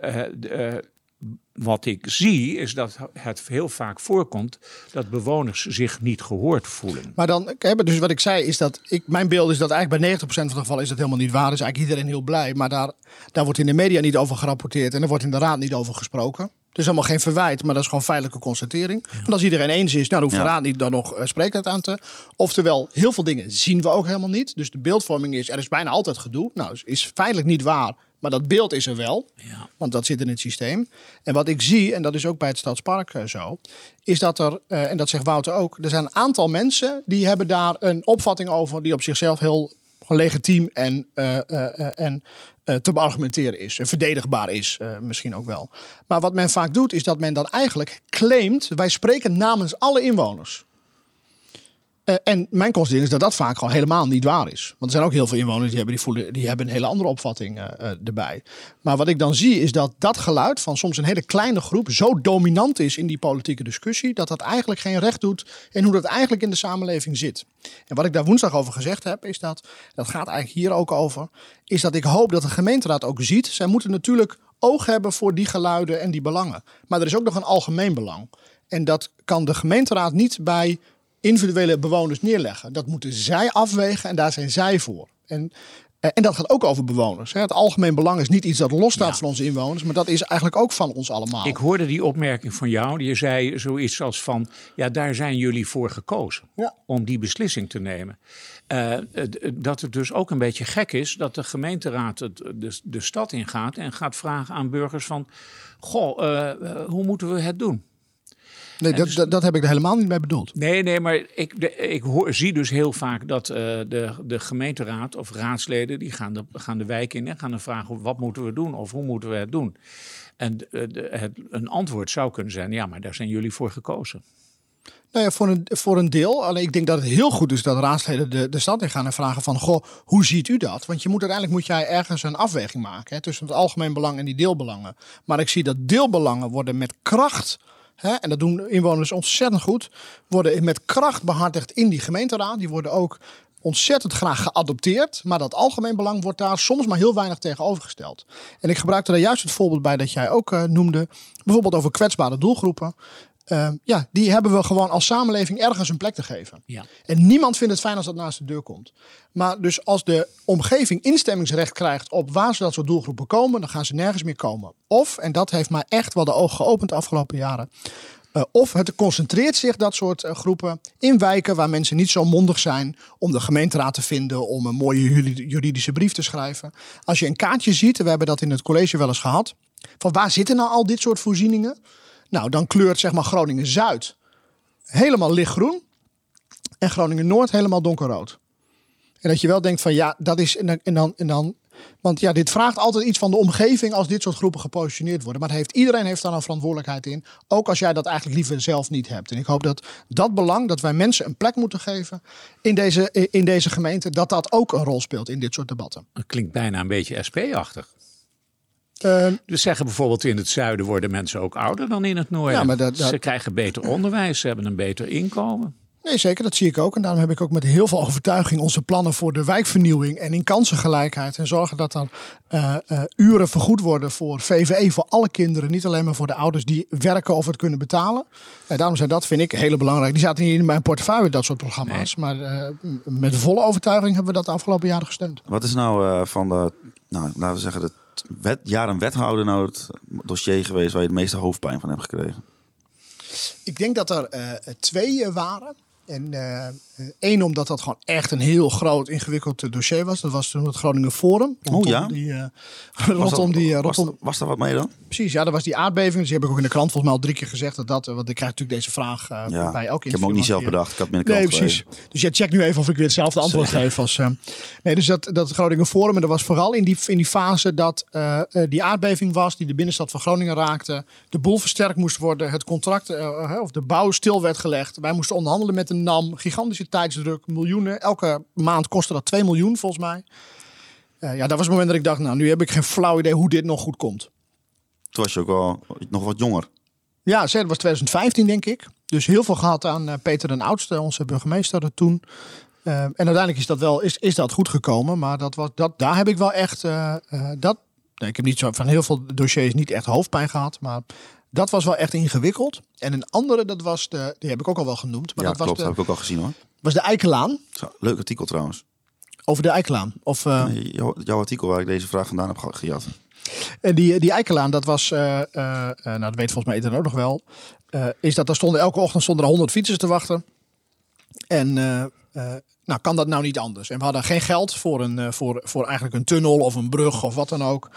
wat ik zie is dat het heel vaak voorkomt dat bewoners zich niet gehoord voelen. Maar dan, dus wat ik zei is dat mijn beeld is dat eigenlijk bij 90% van de gevallen is dat helemaal niet waar. Is eigenlijk iedereen heel blij, maar daar wordt in de media niet over gerapporteerd en er wordt in de raad niet over gesproken. Het is helemaal geen verwijt, maar dat is gewoon feitelijke constatering. Ja. Want als iedereen eens is, dan hoeft de raad niet dan nog spreektijd aan te. Oftewel, heel veel dingen zien we ook helemaal niet. Dus de beeldvorming er is bijna altijd gedoe. Nou, is feitelijk niet waar. Maar dat beeld is er wel, want dat zit in het systeem. En wat ik zie, en dat is ook bij het Stadspark zo, is dat er, en dat zegt Wouter ook, er zijn een aantal mensen die hebben daar een opvatting over die op zichzelf heel legitiem en te beargumenteren is. En verdedigbaar is misschien ook wel. Maar wat men vaak doet is dat men dan eigenlijk claimt, wij spreken namens alle inwoners. En mijn constatering is dat dat vaak gewoon helemaal niet waar is. Want er zijn ook heel veel inwoners die hebben een hele andere opvatting erbij. Maar wat ik dan zie is dat geluid van soms een hele kleine groep zo dominant is in die politieke discussie, dat eigenlijk geen recht doet in hoe dat eigenlijk in de samenleving zit. En wat ik daar woensdag over gezegd heb, is dat gaat eigenlijk hier ook over, is dat ik hoop dat de gemeenteraad ook ziet. Zij moeten natuurlijk oog hebben voor die geluiden en die belangen. Maar er is ook nog een algemeen belang. En dat kan de gemeenteraad niet bij individuele bewoners neerleggen. Dat moeten zij afwegen en daar zijn zij voor. En dat gaat ook over bewoners. Het algemeen belang is niet iets dat losstaat van onze inwoners, maar dat is eigenlijk ook van ons allemaal. Ik hoorde die opmerking van jou. Je zei zoiets als van, ja, daar zijn jullie voor gekozen om die beslissing te nemen. Dat het dus ook een beetje gek is dat de gemeenteraad de stad ingaat en gaat vragen aan burgers van, hoe moeten we het doen? Nee, dat heb ik er helemaal niet mee bedoeld. Nee, maar ik zie dus heel vaak dat de gemeenteraad of raadsleden, die gaan de wijk in en gaan dan vragen, wat moeten we doen of hoe moeten we het doen? En een antwoord zou kunnen zijn, ja, maar daar zijn jullie voor gekozen. Nou ja, voor een deel. Alleen ik denk dat het heel goed is dat raadsleden de stad in gaan en vragen van, hoe ziet u dat? Want uiteindelijk moet jij ergens een afweging maken tussen het algemeen belang en die deelbelangen. Maar ik zie dat deelbelangen worden met kracht, en dat doen inwoners ontzettend goed, worden met kracht behartigd in die gemeenteraad. Die worden ook ontzettend graag geadopteerd. Maar dat algemeen belang wordt daar soms maar heel weinig tegenovergesteld. En ik gebruikte daar juist het voorbeeld bij dat jij ook noemde. Bijvoorbeeld over kwetsbare doelgroepen. Die hebben we gewoon als samenleving ergens een plek te geven. Ja. En niemand vindt het fijn als dat naast de deur komt. Maar dus als de omgeving instemmingsrecht krijgt op waar ze dat soort doelgroepen komen, dan gaan ze nergens meer komen. Of, en dat heeft mij echt wel de ogen geopend de afgelopen jaren, of het concentreert zich dat soort groepen in wijken waar mensen niet zo mondig zijn om de gemeenteraad te vinden, om een mooie juridische brief te schrijven. Als je een kaartje ziet, we hebben dat in het college wel eens gehad, van waar zitten nou al dit soort voorzieningen? Nou, dan kleurt zeg maar Groningen-Zuid helemaal lichtgroen en Groningen-Noord helemaal donkerrood. En dat je wel denkt van ja, dat is en dan want ja, dit vraagt altijd iets van de omgeving als dit soort groepen gepositioneerd worden. Maar iedereen heeft daar een verantwoordelijkheid in. Ook als jij dat eigenlijk liever zelf niet hebt. En ik hoop dat belang, dat wij mensen een plek moeten geven in deze gemeente, dat ook een rol speelt in dit soort debatten. Dat klinkt bijna een beetje SP-achtig. Dus zeggen bijvoorbeeld in het zuiden worden mensen ook ouder dan in het noorden. Ja, maar ze krijgen beter onderwijs, ze hebben een beter inkomen. Nee, zeker, dat zie ik ook. En daarom heb ik ook met heel veel overtuiging onze plannen voor de wijkvernieuwing en in kansengelijkheid. En zorgen dat dan uren vergoed worden voor VVE voor alle kinderen. Niet alleen maar voor de ouders die werken of het kunnen betalen. En daarom zijn dat, vind ik, heel belangrijk. Die zaten niet in mijn portefeuille, dat soort programma's. Nee. Maar met volle overtuiging hebben we dat de afgelopen jaren gesteund. Wat is nou van laten we zeggen, jaren wethouder nou het dossier geweest waar je het meeste hoofdpijn van hebt gekregen? Ik denk dat er 2 waren. En één, omdat dat gewoon echt een heel groot, ingewikkeld dossier was. Dat was toen het Groningen Forum. Was daar wat mee dan? Precies, ja, dat was die aardbeving. Dus die heb ik ook in de krant volgens mij al 3 keer gezegd. Want ik krijg natuurlijk deze vraag bij elk interview. Ik heb hem ook niet zelf bedacht. Ik had het nee, precies. Dus jij checkt nu even of ik weer hetzelfde antwoord geef als... dus dat Groningen Forum. En dat was vooral in die fase dat die aardbeving was, die de binnenstad van Groningen raakte. De boel versterkt moest worden. Het contract of de bouw stil werd gelegd. Wij moesten onderhandelen met de NAM. Gigantische tijdsdruk. Miljoenen. Elke maand kostte dat 2 miljoen volgens mij. Dat was het moment dat ik dacht, nou, nu heb ik geen flauw idee hoe dit nog goed komt. Toen was je ook wel nog wat jonger. Ja, dat was 2015 denk ik. Dus heel veel gehad aan Peter den Oudste, onze burgemeester toen. En uiteindelijk is dat goed gekomen. Maar daar heb ik wel echt... ik heb niet zo van heel veel dossiers niet echt hoofdpijn gehad. Maar dat was wel echt ingewikkeld. En een andere, dat was die heb ik ook al wel genoemd. Maar ja, dat klopt. Was heb ik ook al gezien hoor. Was de Eikelaan. Leuk artikel trouwens. Over de Eikelaan. Jouw artikel waar ik deze vraag vandaan heb gejat. En die Eikelaan, dat was, dat weet volgens mij iedereen ook nog wel, is dat elke ochtend stonden er 100 fietsers te wachten. En kan dat nou niet anders? En we hadden geen geld voor eigenlijk een tunnel of een brug of wat dan ook.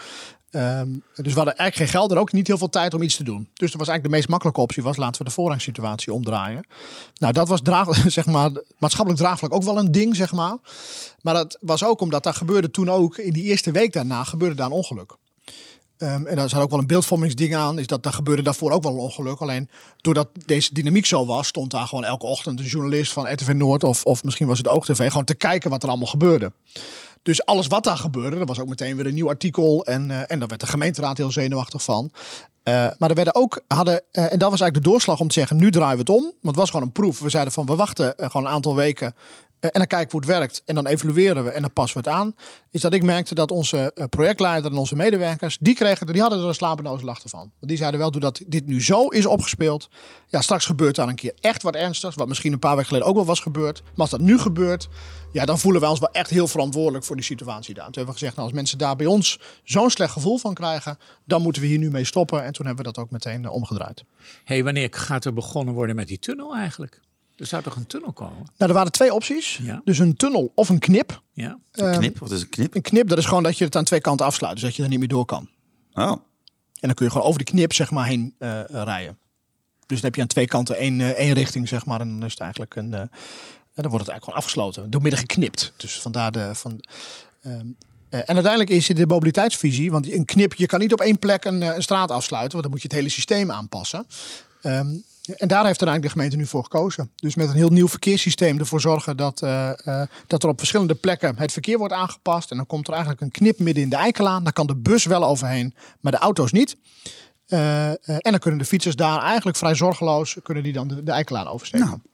Dus we hadden eigenlijk geen geld en ook niet heel veel tijd om iets te doen. Dus dat was eigenlijk de meest makkelijke optie. Laten we de voorrangssituatie omdraaien. Nou, dat was zeg maar, maatschappelijk draagvlak ook wel een ding, zeg maar. Maar dat was ook omdat daar gebeurde toen ook in die eerste week daarna gebeurde daar een ongeluk. En daar zat ook wel een beeldvormingsding aan. Is dat daar gebeurde daarvoor ook wel een ongeluk. Alleen doordat deze dynamiek zo was, stond daar gewoon elke ochtend een journalist van RTV Noord of misschien was het OogTV gewoon te kijken wat er allemaal gebeurde. Dus alles wat daar gebeurde, er was ook meteen weer een nieuw artikel. En daar werd de gemeenteraad heel zenuwachtig van. Maar er werden ook, en dat was eigenlijk de doorslag om te zeggen, nu draaien we het om. Want het was gewoon een proef. We zeiden van, we wachten gewoon een aantal weken. En dan kijken we hoe het werkt. En dan evalueren we en dan passen we het aan. Is dat ik merkte dat onze projectleider en onze medewerkers, die hadden er een slapeloze nachten van. Want die zeiden wel, doordat dit nu zo is opgespeeld. Ja, straks gebeurt daar een keer echt wat ernstigs. Wat misschien een paar weken geleden ook wel was gebeurd. Maar als dat nu gebeurt, ja, dan voelen wij ons wel echt heel verantwoordelijk voor die situatie daar. En toen hebben we gezegd, nou, als mensen daar bij ons zo'n slecht gevoel van krijgen, dan moeten we hier nu mee stoppen. En toen hebben we dat ook meteen omgedraaid. Wanneer gaat er begonnen worden met die tunnel eigenlijk? Er zou toch een tunnel komen? Nou, er waren 2 opties. Ja. Dus een tunnel of een knip. Ja. Een knip? Wat is een knip? Een knip, dat is gewoon dat je het aan 2 kanten afsluit. Dus dat je er niet meer door kan. Oh. En dan kun je gewoon over de knip, zeg maar, heen rijden. Dus dan heb je aan 2 kanten één richting, zeg maar. En dan is het eigenlijk dan wordt het eigenlijk gewoon afgesloten. Doormidden geknipt. Dus vandaar en uiteindelijk is het de mobiliteitsvisie. Want een knip, je kan niet op één plek een straat afsluiten. Want dan moet je het hele systeem aanpassen. En daar heeft uiteindelijk de gemeente nu voor gekozen. Dus met een heel nieuw verkeerssysteem ervoor zorgen dat er op verschillende plekken het verkeer wordt aangepast. En dan komt er eigenlijk een knip midden in de Eikelaan. Daar kan de bus wel overheen, maar de auto's niet. En dan kunnen de fietsers daar eigenlijk vrij zorgeloos kunnen die dan de Eikelaan oversteken. Nou.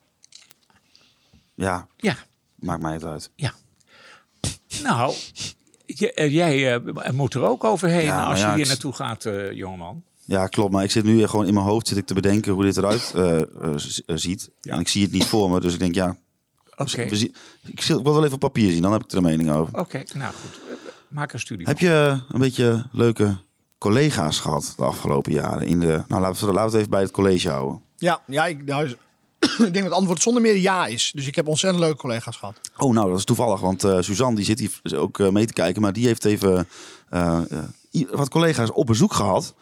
Ja. Maakt mij het uit. Ja. Nou, jij moet er ook overheen als je hier naartoe gaat, jongeman. Ja, klopt. Maar ik zit nu gewoon in mijn hoofd te bedenken hoe dit eruit ziet. Ja. En ik zie het niet voor me. Dus ik denk, ja. Okay. Ik wil wel even op papier zien. Dan heb ik er een mening over. Oké, nou goed. Maak een studie. Heb je een beetje leuke collega's gehad de afgelopen jaren? Laten we het even bij het college houden. Ja, ik denk dat het antwoord zonder meer ja is. Dus ik heb ontzettend leuke collega's gehad. Oh, nou, dat is toevallig. Want Suzanne die zit hier ook mee te kijken. Maar die heeft even wat collega's op bezoek gehad.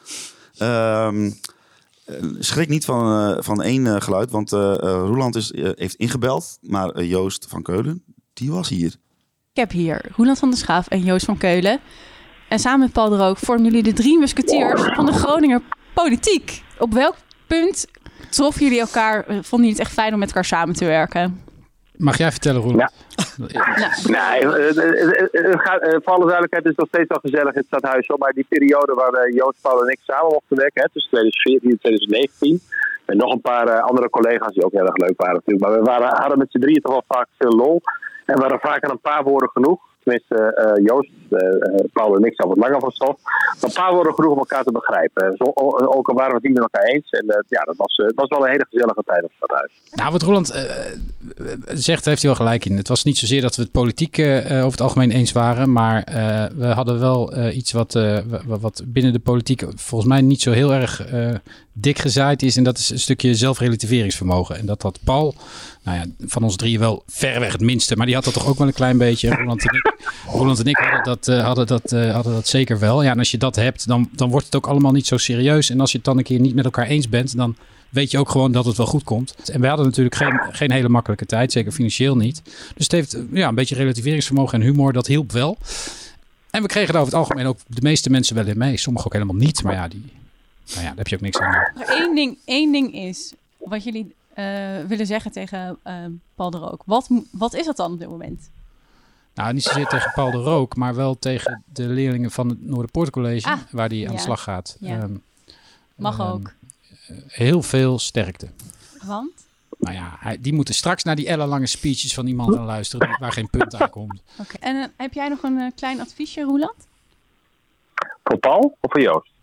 Schrik niet van één geluid, want Roeland heeft ingebeld, maar Joost van Keulen, die was hier. Ik heb hier Roeland van der Schaaf en Joost van Keulen. En samen met Paul de Rook vormen jullie de 3 musketiers van de Groninger politiek. Op welk punt troffen jullie elkaar? Vonden jullie het echt fijn om met elkaar samen te werken? Mag jij vertellen, Roeland? Nee, voor alle duidelijkheid is het nog steeds wel gezellig in het stadhuis. Maar die periode waar Joost, Paul en ik samen mochten werken, tussen 2014 en 2019. En nog een paar andere collega's die ook heel erg leuk waren natuurlijk. Maar we hadden met z'n drieën toch wel vaak veel lol. En we hadden vaak aan een paar woorden genoeg. Tenminste, Joost, Paul en ik zijn wat langer van stof. Maar een paar woorden genoeg om elkaar te begrijpen. Ook al waren we het niet met elkaar eens. En dat was wel een hele gezellige tijd op het stadhuis. Nou, wat Roeland zegt, heeft hij wel gelijk in. Het was niet zozeer dat we het politiek over het algemeen eens waren. Maar we hadden wel iets wat binnen de politiek volgens mij niet zo heel erg dik gezaaid is. En dat is een stukje zelfrelativeringsvermogen. En dat had Paul, van ons 3 wel verreweg het minste. Maar die had dat toch ook wel een klein beetje. Roeland en ik hadden dat zeker wel. Ja, en als je dat hebt, dan wordt het ook allemaal niet zo serieus. En als je het dan een keer niet met elkaar eens bent, dan weet je ook gewoon dat het wel goed komt. En wij hadden natuurlijk geen hele makkelijke tijd, zeker financieel niet. Dus het heeft een beetje relativeringsvermogen en humor, dat hielp wel. En we kregen daar over het algemeen ook de meeste mensen wel in mee. Sommigen ook helemaal niet, maar daar heb je ook niks aan. Maar één ding is, wat jullie willen zeggen tegen Paul de Rook. Wat is dat dan op dit moment? Nou, niet zozeer tegen Paul de Rook, maar wel tegen de leerlingen van het Noorderpoortencollege, waar die aan de slag gaat. Ja. Mag ook. Heel veel sterkte. Want? Nou ja, die moeten straks naar die ellenlange speeches van die man gaan luisteren, waar geen punt aan komt. Oké. En heb jij nog een klein adviesje, Roeland? Voor Paul of voor Joost?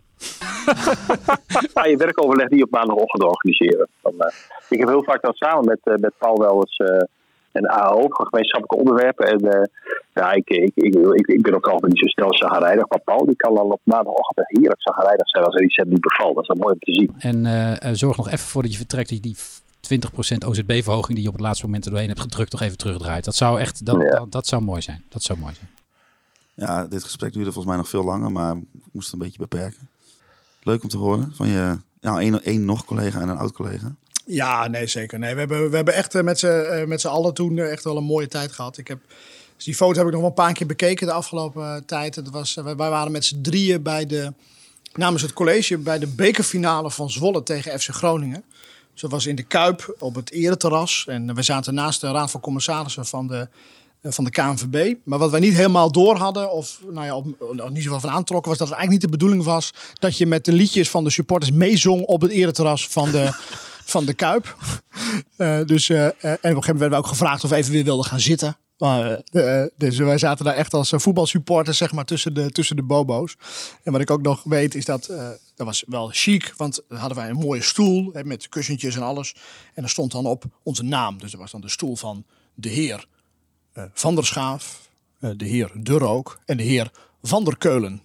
Je werkoverleg die op maandagochtend organiseren. Ik heb heel vaak dan samen met Paul wel eens een AO, gemeenschappelijke onderwerpen. En ik ben ook altijd niet zo snel chagrijnig. Maar Paul die kan dan op maandagochtend heerlijk chagrijnig zijn als er iets niet bevalt. Dat is dan mooi om te zien. En zorg nog even voor dat je vertrekt dat je die 20% OZB-verhoging die je op het laatste moment er doorheen hebt gedrukt nog even terugdraait. Dat zou echt, dat zou mooi zijn. Dat zou mooi zijn. Ja, dit gesprek duurde volgens mij nog veel langer, maar ik moest het een beetje beperken. Leuk om te horen van je één nog collega en een oud collega. Ja, nee, zeker. Nee, we hebben echt met z'n allen toen echt wel een mooie tijd gehad. Dus die foto heb ik nog wel een paar keer bekeken de afgelopen tijd. Wij waren met z'n drieën namens het college bij de bekerfinale van Zwolle tegen FC Groningen. Dus dat was in de Kuip op het ereterras. En we zaten naast de Raad van Commissarissen van de KNVB. Maar wat wij niet helemaal door hadden, of niet zoveel van aantrokken, was dat het eigenlijk niet de bedoeling was dat je met de liedjes van de supporters meezong op het ereterras van de Kuip. En op een gegeven moment werden we ook gevraagd of we even weer wilden gaan zitten. Dus wij zaten daar echt als voetbalsupporters, zeg maar, tussen de bobo's. En wat ik ook nog weet is dat was wel chic, want dan hadden wij een mooie stoel met kussentjes en alles. En er stond dan op onze naam. Dus dat was dan de stoel van de heer Van der Schaaf, de heer De Rook en de heer Van der Keulen.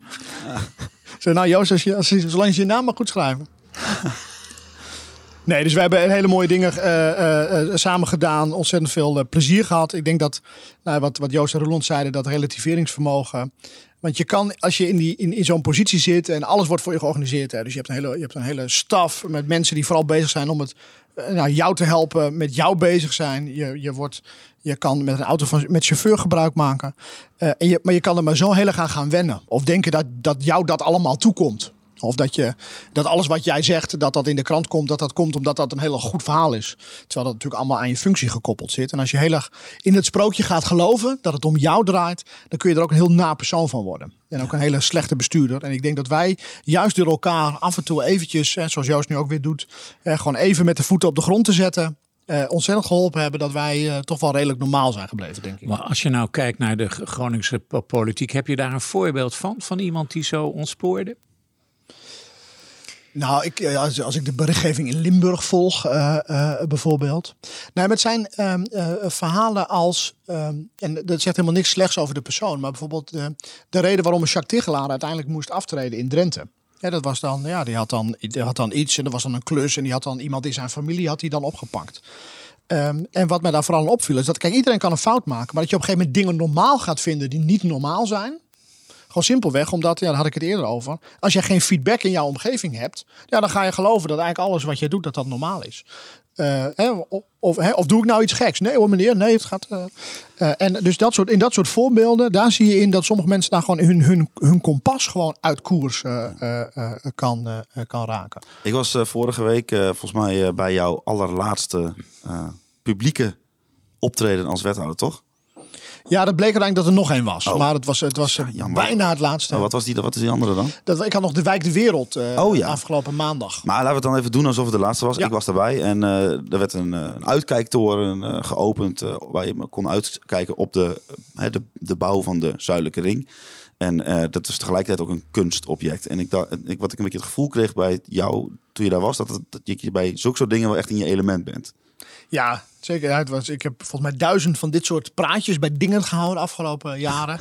Zo, nou Joost, zolang je je naam maar goed schrijven. Nee, dus we hebben hele mooie dingen samen gedaan. Ontzettend veel plezier gehad. Ik denk dat, wat Joost en Roland zeiden, dat relativeringsvermogen. Want je kan, als je in zo'n positie zit en alles wordt voor je georganiseerd. Hè, dus je hebt een hele staf met mensen die vooral bezig zijn om jou te helpen, met jou bezig zijn. Je kan met een auto met chauffeur gebruik maken. Maar je kan er maar zo heel erg aan gaan wennen. Of denken dat jou dat allemaal toekomt. Of dat alles wat jij zegt, dat in de krant komt, dat komt omdat dat een heel goed verhaal is. Terwijl dat natuurlijk allemaal aan je functie gekoppeld zit. En als je heel erg in het sprookje gaat geloven dat het om jou draait, dan kun je er ook een heel na persoon van worden. En ook een hele slechte bestuurder. En ik denk dat wij juist door elkaar af en toe eventjes, zoals Joost nu ook weer doet, gewoon even met de voeten op de grond te zetten, ontzettend geholpen hebben dat wij toch wel redelijk normaal zijn gebleven, denk ik. Maar als je nou kijkt naar de Groningse politiek, heb je daar een voorbeeld van iemand die zo ontspoorde? Nou, als ik de berichtgeving in Limburg volg, bijvoorbeeld. Nou, met zijn verhalen als, en dat zegt helemaal niks slechts over de persoon, maar bijvoorbeeld de reden waarom Jacques Tigelaar uiteindelijk moest aftreden in Drenthe. Ja, dat was dan, die had dan iets en er was dan een klus en die had dan iemand in zijn familie had die dan opgepakt. En wat mij daar vooral opviel is dat, kijk, iedereen kan een fout maken, maar dat je op een gegeven moment dingen normaal gaat vinden die niet normaal zijn. Gewoon simpelweg, omdat, daar had ik het eerder over. Als je geen feedback in jouw omgeving hebt, dan ga je geloven dat eigenlijk alles wat je doet, dat normaal is. Of doe ik nou iets geks? Nee hoor meneer, nee, het gaat... En dus in dat soort voorbeelden, daar zie je in dat sommige mensen daar gewoon hun kompas gewoon uit koers kan raken. Ik was vorige week volgens mij bij jouw allerlaatste publieke optreden als wethouder, toch? Ja, dat bleek uiteindelijk dat er nog één was. Oh. Maar het was bijna het laatste. Wat is die andere dan? Ik had nog de Wijk de Wereld afgelopen maandag. Maar laten we het dan even doen alsof het de laatste was. Ja. Ik was daarbij en er werd een uitkijktoren geopend waar je kon uitkijken op de bouw van de Zuidelijke Ring. En dat is tegelijkertijd ook een kunstobject. En wat ik een beetje het gevoel kreeg bij jou toen je daar was, dat je bij zulke soort dingen wel echt in je element bent. Ja, zeker. Ik heb volgens mij 1000 van dit soort praatjes bij dingen gehouden de afgelopen jaren.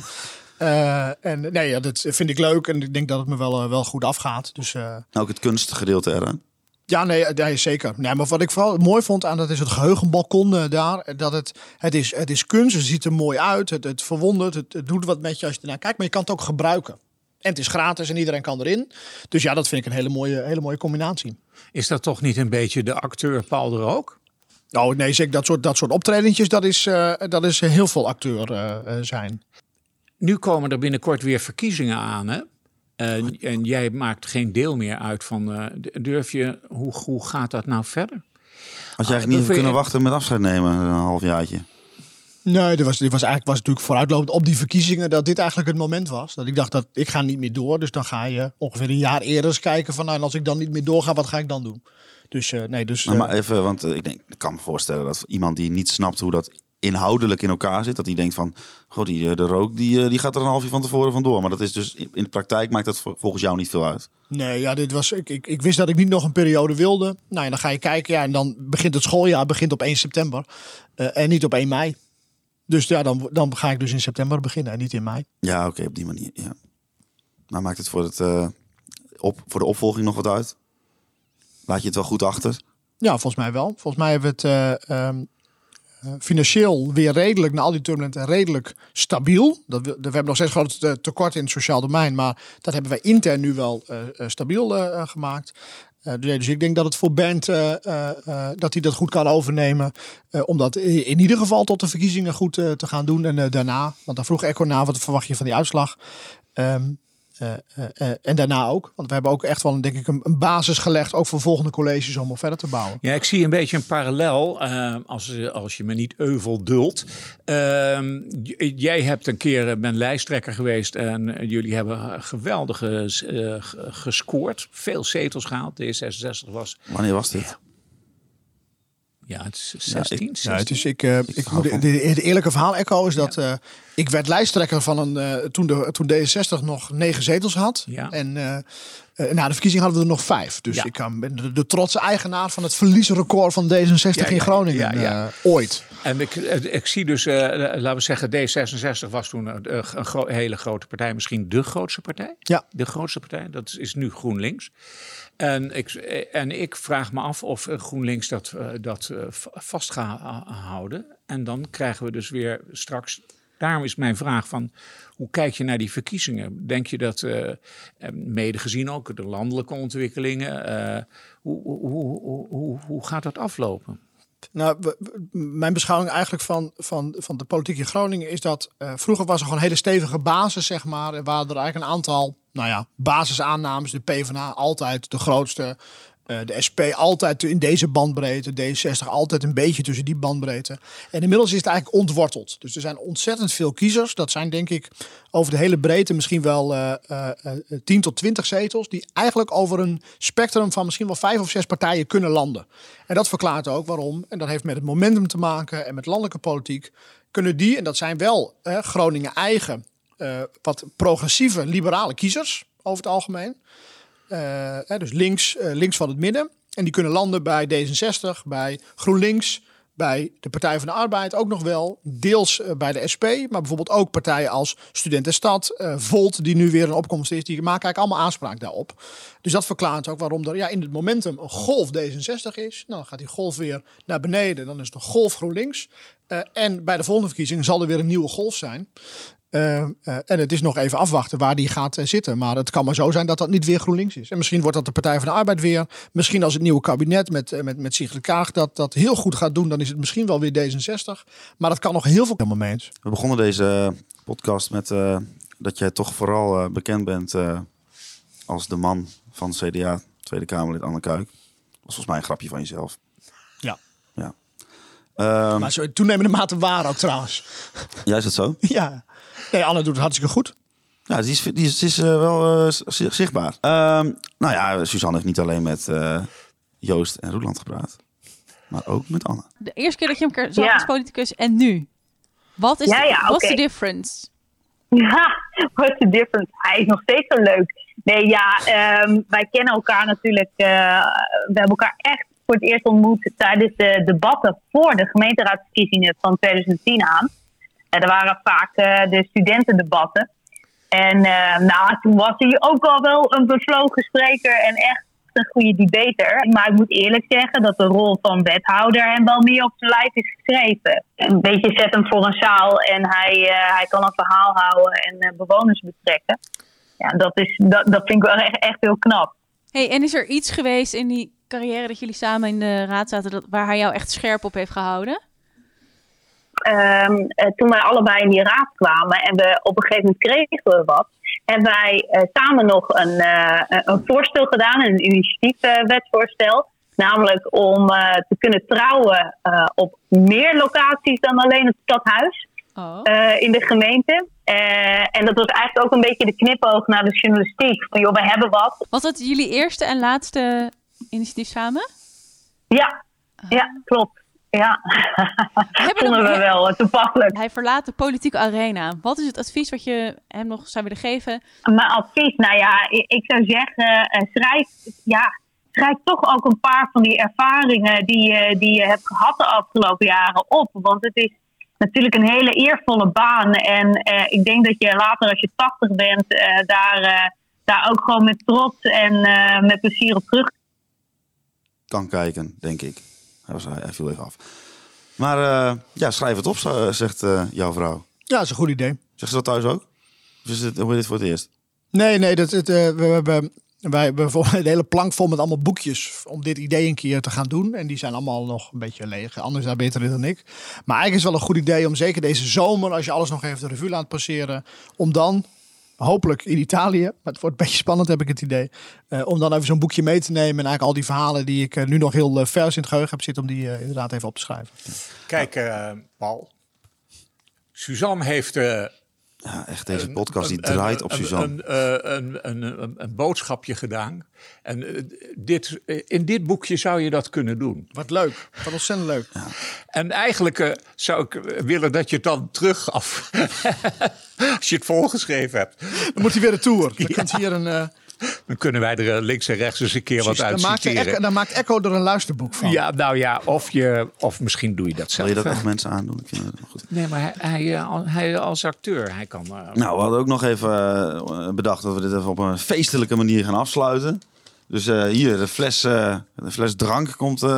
Dat vind ik leuk en ik denk dat het me wel goed afgaat. Dus, ook het kunstgedeelte eraan? Ja, nee, zeker. Nee, maar wat ik vooral mooi vond aan dat is het geheugenbalkon daar. Dat het is kunst, het ziet er mooi uit, het verwondert, het doet wat met je als je ernaar kijkt. Maar je kan het ook gebruiken. En het is gratis en iedereen kan erin. Dus ja, dat vind ik een hele mooie combinatie. Is dat toch niet een beetje de acteur Paul de Rook? Oh nee, zeker dat soort optredentjes, dat is heel veel acteur zijn. Nu komen er binnenkort weer verkiezingen aan, hè? En jij maakt geen deel meer uit van... durf je, hoe gaat dat nou verder? Had je eigenlijk niet kunnen wachten met afscheid nemen, een halfjaartje? Nee, dit was natuurlijk vooruitlopend op die verkiezingen dat dit eigenlijk het moment was. Dat ik dacht dat ik ga niet meer door. Dus dan ga je ongeveer een jaar eerder eens kijken van, en als ik dan niet meer doorga, wat ga ik dan doen? Maar even, want ik kan me voorstellen dat iemand die niet snapt hoe dat inhoudelijk in elkaar zit, dat die denkt van, goh, de Rook die gaat er een halfje van tevoren vandoor. Maar dat is dus in de praktijk maakt dat volgens jou niet veel uit. Nee, ja, ik wist dat ik niet nog een periode wilde. Nou, en dan ga je kijken, en dan begint het schooljaar op 1 september en niet op 1 mei. Dus ja, dan ga ik dus in september beginnen en niet in mei. Ja, oké, op die manier. Ja. Maar maakt het voor de opvolging nog wat uit? Laat je het wel goed achter? Ja, volgens mij wel. Volgens mij hebben we het financieel weer redelijk, na al die turbulenten, redelijk stabiel. We hebben nog steeds grote tekort in het sociaal domein, maar dat hebben wij intern nu wel stabiel gemaakt. Dus ik denk dat het voor Bernd dat hij dat goed kan overnemen. Om dat in ieder geval tot de verkiezingen goed te gaan doen. En daarna, want daar vroeg Echo na, wat verwacht je van die uitslag? En daarna ook. Want we hebben ook echt wel, denk ik, een basis gelegd. Ook voor volgende colleges om verder te bouwen. Ja, ik zie een beetje een parallel. Als je me niet euvel duldt. Jij hebt een keer, ben lijsttrekker geweest. En jullie hebben geweldig gescoord. Veel zetels gehaald. D66 was... Wanneer was dit? Ja, het is 16. Het eerlijke verhaal, Echo, is dat ik werd lijsttrekker van toen D66 nog 9 zetels had. Ja. En na de verkiezing hadden we er nog 5. Dus ik ben de trotse eigenaar van het verliesrecord van D66 in Groningen ooit. En ik zie dus, laten we zeggen, D66 was toen een hele grote partij. Misschien de grootste partij. Ja. De grootste partij, dat is nu GroenLinks. En ik vraag me af of GroenLinks dat vast gaat houden. En dan krijgen we dus weer straks... Daarom is mijn vraag van, hoe kijk je naar die verkiezingen? Denk je dat, mede gezien ook de landelijke ontwikkelingen, hoe gaat dat aflopen? Nou, mijn beschouwing eigenlijk van de politiek in Groningen is dat vroeger was er gewoon een hele stevige basis, zeg maar. Er waren er eigenlijk een aantal basisaannames. De PvdA altijd de grootste. De SP altijd in deze bandbreedte. D66 altijd een beetje tussen die bandbreedte. En inmiddels is het eigenlijk ontworteld. Dus er zijn ontzettend veel kiezers. Dat zijn denk ik over de hele breedte misschien wel 10 tot 20 zetels. Die eigenlijk over een spectrum van misschien wel 5 of 6 partijen kunnen landen. En dat verklaart ook waarom. En dat heeft met het momentum te maken en met landelijke politiek. Kunnen die, en dat zijn wel Groningen eigen, wat progressieve liberale kiezers over het algemeen. Dus links van het midden. En die kunnen landen bij D66, bij GroenLinks, bij de Partij van de Arbeid ook nog wel. Deels bij de SP, maar bijvoorbeeld ook partijen als Student en Stad, Volt, die nu weer een opkomst is. Die maken eigenlijk allemaal aanspraak daarop. Dus dat verklaart ook waarom er in het momentum een golf D66 is. Nou, dan gaat die golf weer naar beneden. Dan is het een golf GroenLinks. En bij de volgende verkiezingen zal er weer een nieuwe golf zijn. En het is nog even afwachten waar die gaat zitten. Maar het kan maar zo zijn dat dat niet weer GroenLinks is. En misschien wordt dat de Partij van de Arbeid weer. Misschien als het nieuwe kabinet met Sigrid Kaag dat heel goed gaat doen, dan is het misschien wel weer D66. Maar dat kan nog heel veel helemaal mee eens. We begonnen deze podcast met dat jij toch vooral bekend bent als de man van CDA, Tweede Kamerlid Anne Kuik. Dat was volgens mij een grapje van jezelf. Ja. Maar toenemende mate waar ook trouwens. Ja, is dat zo? Ja. Nee, Anne doet het hartstikke goed. Ja, die is wel zichtbaar. Suzanne heeft niet alleen met Joost en Roeland gepraat, maar ook met Anne. De eerste keer dat je hem zag als politicus en nu. Wat is what's the difference? Ja, what's the difference? Hij is nog steeds zo leuk. Nee, wij kennen elkaar natuurlijk. We hebben elkaar echt voor het eerst ontmoet tijdens de debatten voor de gemeenteraadsverkiezingen van 2010 aan. Er waren vaak de studentendebatten. En toen was hij ook al wel een bevlogen spreker en echt een goede debater. Maar ik moet eerlijk zeggen dat de rol van wethouder hem wel meer op zijn lijf is geschreven. Een beetje zet hem voor een zaal en hij kan een verhaal houden en bewoners betrekken. Ja, dat vind ik wel echt heel knap. Hey, en is er iets geweest in die carrière dat jullie samen in de raad zaten waar hij jou echt scherp op heeft gehouden? Toen wij allebei in die raad kwamen en we op een gegeven moment kregen wat, hebben wij samen nog een voorstel gedaan, een initiatiefwetsvoorstel. Namelijk om te kunnen trouwen op meer locaties dan alleen het stadhuis in de gemeente. En dat was eigenlijk ook een beetje de knipoog naar de journalistiek. Van we hebben wat. Was dat jullie eerste en laatste initiatief samen? Ja, klopt. Ja, vonden we wel toepasselijk. Hij verlaat de politieke arena. Wat is het advies wat je hem nog zou willen geven? Mijn advies? Ik zou zeggen, schrijf toch ook een paar van die ervaringen die je hebt gehad de afgelopen jaren op. Want het is natuurlijk een hele eervolle baan. En ik denk dat je later, als je 80 bent, daar ook gewoon met trots en met plezier op terug kan kijken, denk ik. Hij viel even af. Maar schrijf het op, zegt jouw vrouw. Ja, dat is een goed idee. Zegt ze dat thuis ook? Of is het, hoor je dit voor het eerst? Nee, wij hebben bijvoorbeeld een hele plank vol met allemaal boekjes om dit idee een keer te gaan doen. En die zijn allemaal nog een beetje leeg. Anders daar beter in dan ik. Maar eigenlijk is het wel een goed idee om zeker deze zomer, als je alles nog even de revue laat passeren, om dan, hopelijk in Italië, maar het wordt een beetje spannend heb ik het idee, om dan even zo'n boekje mee te nemen en eigenlijk al die verhalen die ik nu nog heel vers in het geheugen heb zitten, om die inderdaad even op te schrijven. Kijk, Paul. Suzanne heeft... Ja, echt, deze podcast die draait op Suzanne. Een boodschapje gedaan. En in dit boekje zou je dat kunnen doen. Wat leuk. Wat ontzettend leuk. Ja. En eigenlijk zou ik willen dat je het dan teruggaf. Als je het volgeschreven hebt. Dan moet hij weer de tour. Dan kunt hier een... Dan kunnen wij er links en rechts eens een keer wat uit citeren. Dan maakt Echo er een luisterboek van. Ja, nou ja, of misschien doe je dat zelf. Wil je dat echt mensen aandoen? Ik vind het goed. Nee, maar hij als acteur, hij kan... Nou, we hadden ook nog even bedacht dat we dit even op een feestelijke manier gaan afsluiten. Dus hier, de fles drank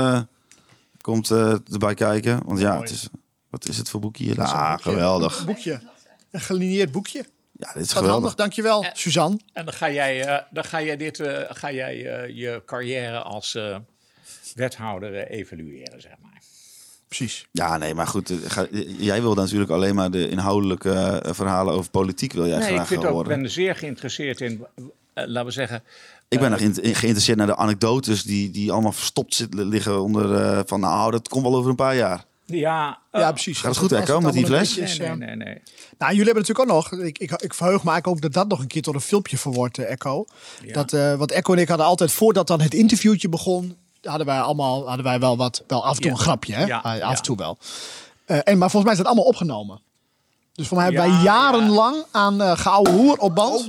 komt erbij kijken. Want ja, wat is het voor boekje hier? Ah, geweldig. Een boekje. Een gelineerd boekje. Ja, dit is wat geweldig. handig, dankjewel, Suzanne. En dan ga jij je carrière als wethouder evalueren, zeg maar. Precies. Ja, nee, maar goed. Jij wil natuurlijk alleen maar de inhoudelijke verhalen over politiek wil jij graag horen. Ik ben er zeer geïnteresseerd in, laten we zeggen... Ik ben nog geïnteresseerd naar de anekdotes die allemaal verstopt liggen onder van nou, dat komt wel over een paar jaar. Ja, precies. Gaat het goed, Echo, met die fles? Nee. Nou, jullie hebben natuurlijk ook nog... Ik verheug me eigenlijk ook dat nog een keer tot een filmpje verwoordt, Echo. Ja. Want Echo en ik hadden altijd, voordat dan het interviewtje begon, hadden wij wel af en toe een grapje, hè? Ja, af en toe wel. Maar volgens mij is dat allemaal opgenomen. Dus voor mij hebben wij jarenlang aan geouwe hoer op band.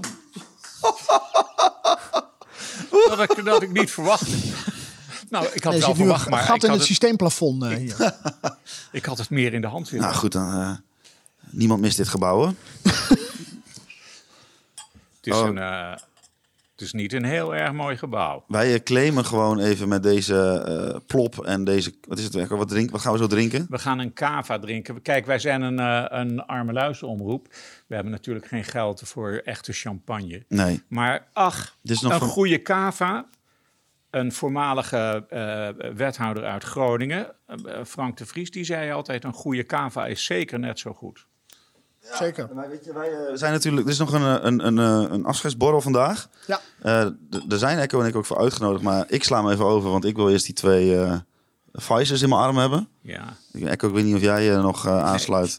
Dat ik niet verwacht. Nou, ik had wel verwacht, maar... Een gat in het systeemplafond hier. Ik had het meer in de hand zitten. Nou goed, dan... niemand mist dit gebouw, hoor. Het is niet een heel erg mooi gebouw. Wij claimen gewoon even met deze plop en deze... Wat is het? Wat gaan we zo drinken? We gaan een cava drinken. Kijk, wij zijn een arme luisteromroep. We hebben natuurlijk geen geld voor echte champagne. Nee. Maar een goede cava... Een voormalige wethouder uit Groningen, Frank de Vries, die zei altijd: een goede cava is zeker net zo goed. Ja, zeker. Maar weet je, wij zijn natuurlijk... Er is nog een afscheidsborrel vandaag. Ja. Er zijn Echo en ik ook voor uitgenodigd, maar ik sla me even over, want ik wil eerst die 2 Pfizer's in mijn arm hebben. Ja. Echo, ik weet niet of jij nog aansluit.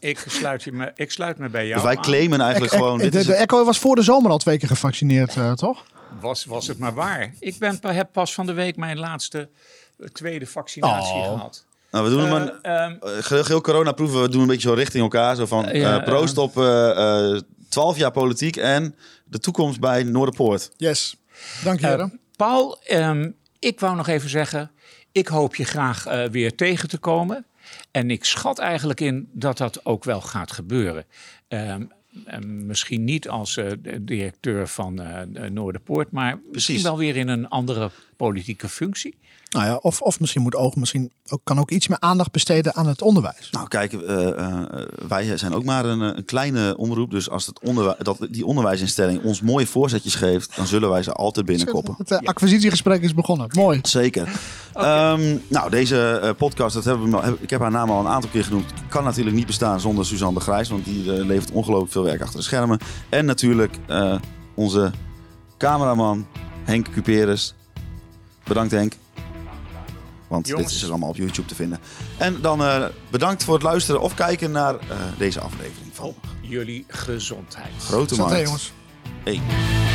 Ik sluit me bij jou dus wij claimen eigenlijk gewoon... De Echo was voor de zomer al 2 keer gevaccineerd, toch? Was het maar waar. Ik heb pas van de week mijn laatste 2e vaccinatie gehad. Nou, we doen geheel coronaproeven. We doen een beetje zo richting elkaar. Zo van proost op 12 jaar politiek en de toekomst bij Noorderpoort. Yes, dank je heren. Paul, ik wou nog even zeggen, ik hoop je graag weer tegen te komen. En ik schat eigenlijk in dat dat ook wel gaat gebeuren. Misschien niet als directeur van Noorderpoort, maar misschien wel weer in een andere politieke functie. Nou ja, of misschien kan ook iets meer aandacht besteden aan het onderwijs. Nou kijk, wij zijn ook maar een kleine omroep. Dus als die onderwijsinstelling ons mooie voorzetjes geeft, dan zullen wij ze altijd binnenkoppen. Het acquisitiegesprek is begonnen. Mooi. Zeker. Okay. Nou, deze podcast, ik heb haar naam al een aantal keer genoemd. Kan natuurlijk niet bestaan zonder Suzanne de Grijs. Want die levert ongelooflijk veel werk achter de schermen. En natuurlijk onze cameraman Henk Cuperus. Bedankt Henk. Want dit is allemaal op YouTube te vinden. En dan bedankt voor het luisteren of kijken naar deze aflevering van jullie gezondheid. Grote Markt. Jongens. Hey.